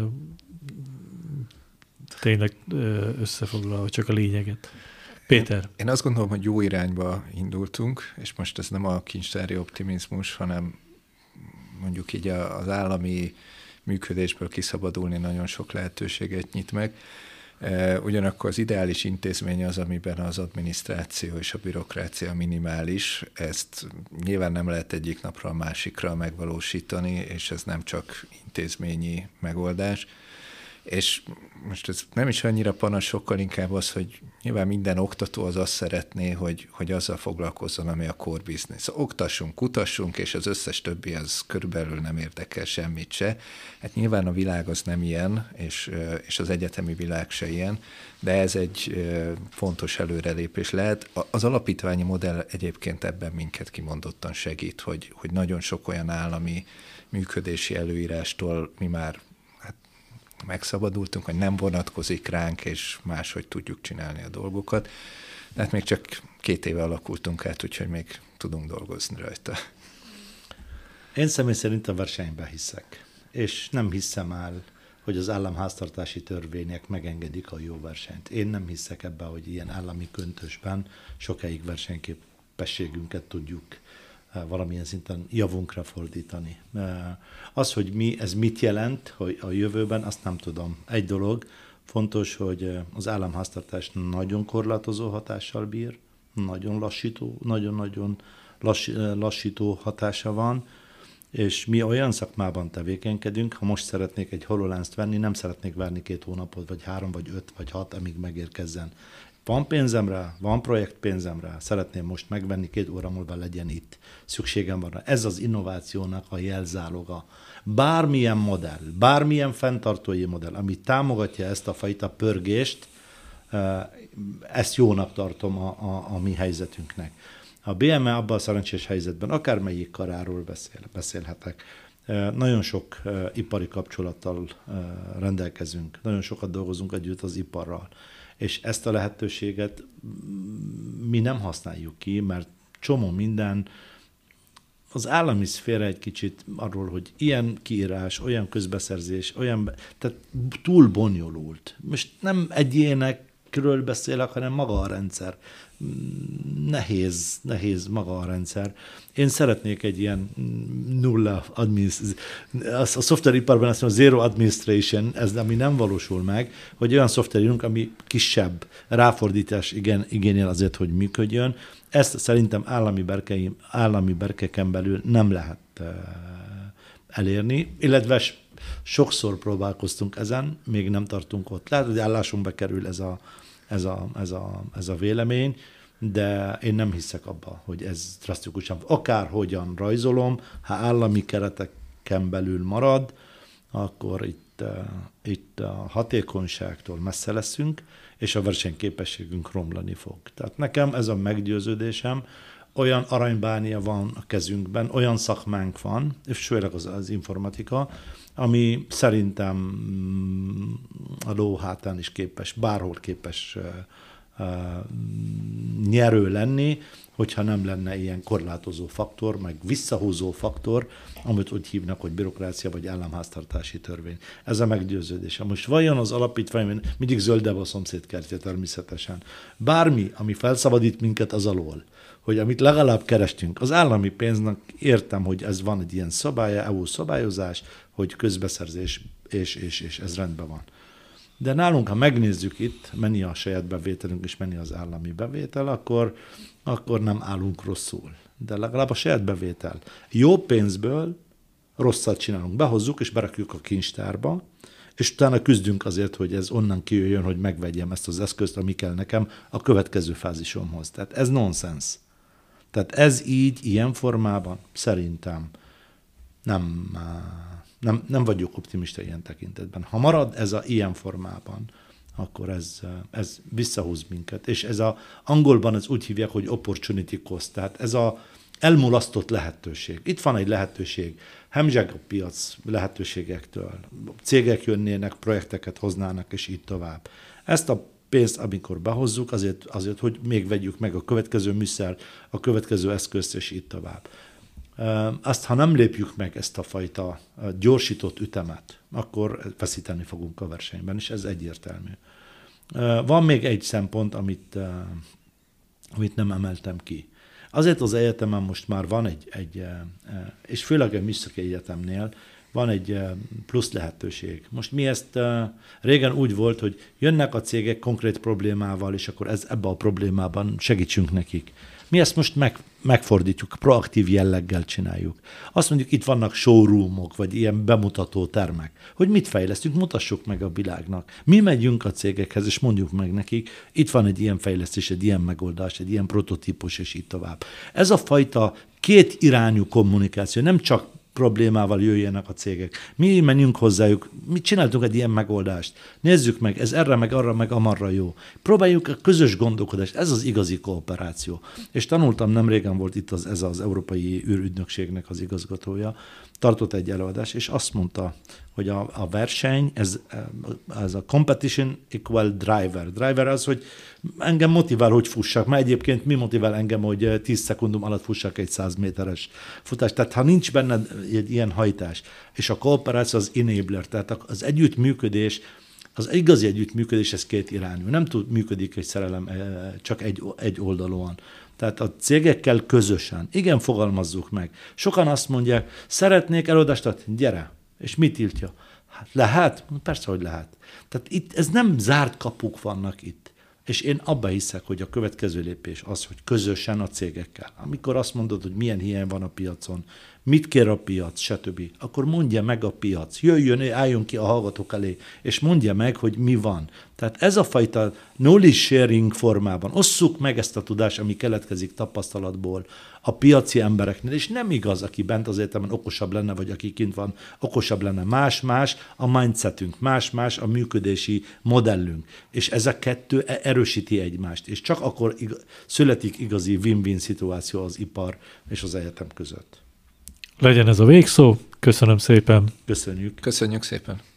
tényleg ö, összefoglalva, csak a lényeget. Péter. Én azt gondolom, hogy jó irányba indultunk, és most ez nem a kincstári optimizmus, hanem mondjuk így az állami működésből kiszabadulni nagyon sok lehetőséget nyit meg. Ugyanakkor az ideális intézmény az, amiben az adminisztráció és a bürokrácia minimális. Ezt nyilván nem lehet egyik napról a másikra megvalósítani, és ez nem csak intézményi megoldás. És most ez nem is annyira panasz, sokkal inkább az, hogy nyilván minden oktató az azt szeretné, hogy, hogy azzal foglalkozzon, ami a core business. Oktassunk, kutassunk, és az összes többi az körülbelül nem érdekel semmit se. Hát nyilván a világ az nem ilyen, és, és az egyetemi világ se ilyen, de ez egy fontos előrelépés lehet. Az alapítványi modell egyébként ebben minket kimondottan segít, hogy, hogy nagyon sok olyan állami működési előírástól mi már megszabadultunk, hogy nem vonatkozik ránk, és máshogy tudjuk csinálni a dolgokat. De hát még csak két éve alakultunk át, úgyhogy még tudunk dolgozni rajta. Én személy szerint a versenyben hiszek, és nem hiszem el, hogy az államháztartási törvények megengedik a jó versenyt. Én nem hiszek ebbe, hogy ilyen állami köntösben sokáig versenyképességünket tudjuk valamilyen szinten javunkra fordítani. Az, hogy mi, ez mit jelent hogy a jövőben, azt nem tudom. Egy dolog fontos, hogy az államháztartás nagyon korlátozó hatással bír, nagyon lassító, nagyon-nagyon lass, lassító hatása van, és mi olyan szakmában tevékenykedünk, ha most szeretnék egy HoloLens-t venni, nem szeretnék várni két hónapot, vagy három, vagy öt, vagy hat, amíg megérkezzen. Van pénzem rá, van projektpénzem rá, szeretném most megvenni, két óra múlva legyen itt. Szükségem van rá. Ez az innovációnak a jelzáloga. Bármilyen modell, bármilyen fenntartói modell, ami támogatja ezt a fajta pörgést, ezt jónak tartom a, a, a mi helyzetünknek. A bé em e abban a szerencsés helyzetben, akármelyik karáról beszél, beszélhetek, nagyon sok ipari kapcsolattal rendelkezünk, nagyon sokat dolgozunk együtt az iparral. És ezt a lehetőséget mi nem használjuk ki, mert csomó minden, az állami szféra egy kicsit arról, hogy ilyen kiírás, olyan közbeszerzés, olyan, tehát túl bonyolult. Most nem egyénekről beszélek, hanem maga a rendszer. Nehéz, nehéz maga a rendszer. Én szeretnék egy ilyen nulla adminisztráció, a szoftveriparban azt mondom, zero administration, ez ami nem valósul meg, hogy olyan szoftver írunk, ami kisebb ráfordítás igen, igényel azért, hogy működjön. Ezt szerintem állami, berkeim, állami berkeken belül nem lehet elérni, illetve sokszor próbálkoztunk ezen, még nem tartunk ott. Lehet, hogy állásunkba kerül ez a, ez a, ez a, ez a vélemény, de én nem hiszek abba, hogy ez drasztikusan, akárhogyan rajzolom, ha állami kereteken belül marad, akkor itt, itt a hatékonyságtól messze leszünk, és a versenyképességünk romlani fog. Tehát nekem ez a meggyőződésem, olyan aranybánia van a kezünkben, olyan szakmánk van, és főleg az, az informatika, ami szerintem a ló hátán is képes, bárhol képes uh, uh, nyerő lenni, hogyha nem lenne ilyen korlátozó faktor, meg visszahúzó faktor, amit úgy hívnak, hogy bürokrácia vagy államháztartási törvény. Ez a meggyőződésem. Most vajon az alapítvány, mindig zöldebb a szomszédkertje természetesen. Bármi, ami felszabadít minket az alól, hogy amit legalább kerestünk, az állami pénznek értem, hogy ez van egy ilyen szabálya, é u szabályozás, hogy közbeszerzés, és, és, és ez rendben van. De nálunk, ha megnézzük itt, mennyi a saját bevételünk, és mennyi az állami bevétel, akkor, akkor nem állunk rosszul. De legalább a saját bevétel. Jó pénzből rosszat csinálunk. Behozzuk, és berakjuk a kincstárba, és utána küzdünk azért, hogy ez onnan kijöjjön, hogy megvegyem ezt az eszközt, ami kell nekem a következő fázisomhoz. Tehát ez nonsens. Tehát ez így, ilyen formában szerintem nem, nem, nem vagyok optimista ilyen tekintetben. Ha marad ez a ilyen formában, akkor ez, ez visszahúz minket. És ez a angolban ez úgy hívják, hogy opportunity cost, tehát ez a elmulasztott lehetőség. Itt van egy lehetőség, hemzseg a piac lehetőségektől. Cégek jönnének, projekteket hoznának, és így tovább. Ezt a pénzt, amikor behozzuk, azért, azért, hogy még vegyük meg a következő műszer, a következő eszközt, és így tovább. Azt, ha nem lépjük meg ezt a fajta gyorsított ütemet, akkor veszíteni fogunk a versenyben, és ez egyértelmű. Van még egy szempont, amit, amit nem emeltem ki. Azért az egyetemen most már van egy, egy és főleg a műszaki egyetemnél van egy plusz lehetőség. Most mi ezt régen úgy volt, hogy jönnek a cégek konkrét problémával, és akkor ez, ebbe a problémában segítsünk nekik. Mi ezt most meg, megfordítjuk, proaktív jelleggel csináljuk. Azt mondjuk, itt vannak showroomok, vagy ilyen bemutató termek, hogy mit fejlesztünk, mutassuk meg a világnak. Mi megyünk a cégekhez, és mondjuk meg nekik, itt van egy ilyen fejlesztés, egy ilyen megoldás, egy ilyen prototípus, és így tovább. Ez a fajta két irányú kommunikáció, nem csak problémával jöjjenek a cégek. Mi menjünk hozzájuk, mi csináltunk egy ilyen megoldást. Nézzük meg, ez erre, meg arra, meg amarra jó. Próbáljuk a közös gondolkodást, ez az igazi kooperáció. És tanultam, nem régen volt itt az, ez az Európai űrügynökségnek az igazgatója, tartott egy előadást, és azt mondta, hogy a, a verseny, ez, ez a competition equal driver. Driver az, hogy engem motivál, hogy fussak, mert egyébként mi motivál engem, hogy tíz szekundum alatt fussak egy száz méteres futást. Tehát ha nincs benne egy ilyen hajtás, és a kooperáció az enabler, tehát az együttműködés, az igazi együttműködés, ez két irányú. Nem tud működik egy szerelem csak egy, egy oldalon. Tehát a cégekkel közösen. Igen, fogalmazzuk meg. Sokan azt mondják, szeretnék előadást adni, gyere. És mit tiltja? Hát lehet? Persze, hogy lehet. Tehát itt ez nem zárt kapuk vannak itt. És én abba hiszek, hogy a következő lépés az, hogy közösen a cégekkel. Amikor azt mondod, hogy milyen hiány van a piacon, mit kér a piac, stb., akkor mondja meg a piac, jöjjön, álljon ki a hallgatók elé, és mondja meg, hogy mi van. Tehát ez a fajta knowledge sharing formában osszuk meg ezt a tudást, ami keletkezik tapasztalatból a piaci embereknél, és nem igaz, aki bent az egyetemen okosabb lenne, vagy aki kint van, okosabb lenne. Más-más a mindsetünk, más-más a működési modellünk. És ez a kettő erősíti egymást, és csak akkor igaz, születik igazi win-win szituáció az ipar és az egyetem között. Legyen ez a végszó. Köszönöm szépen. Köszönjük. Köszönjük szépen.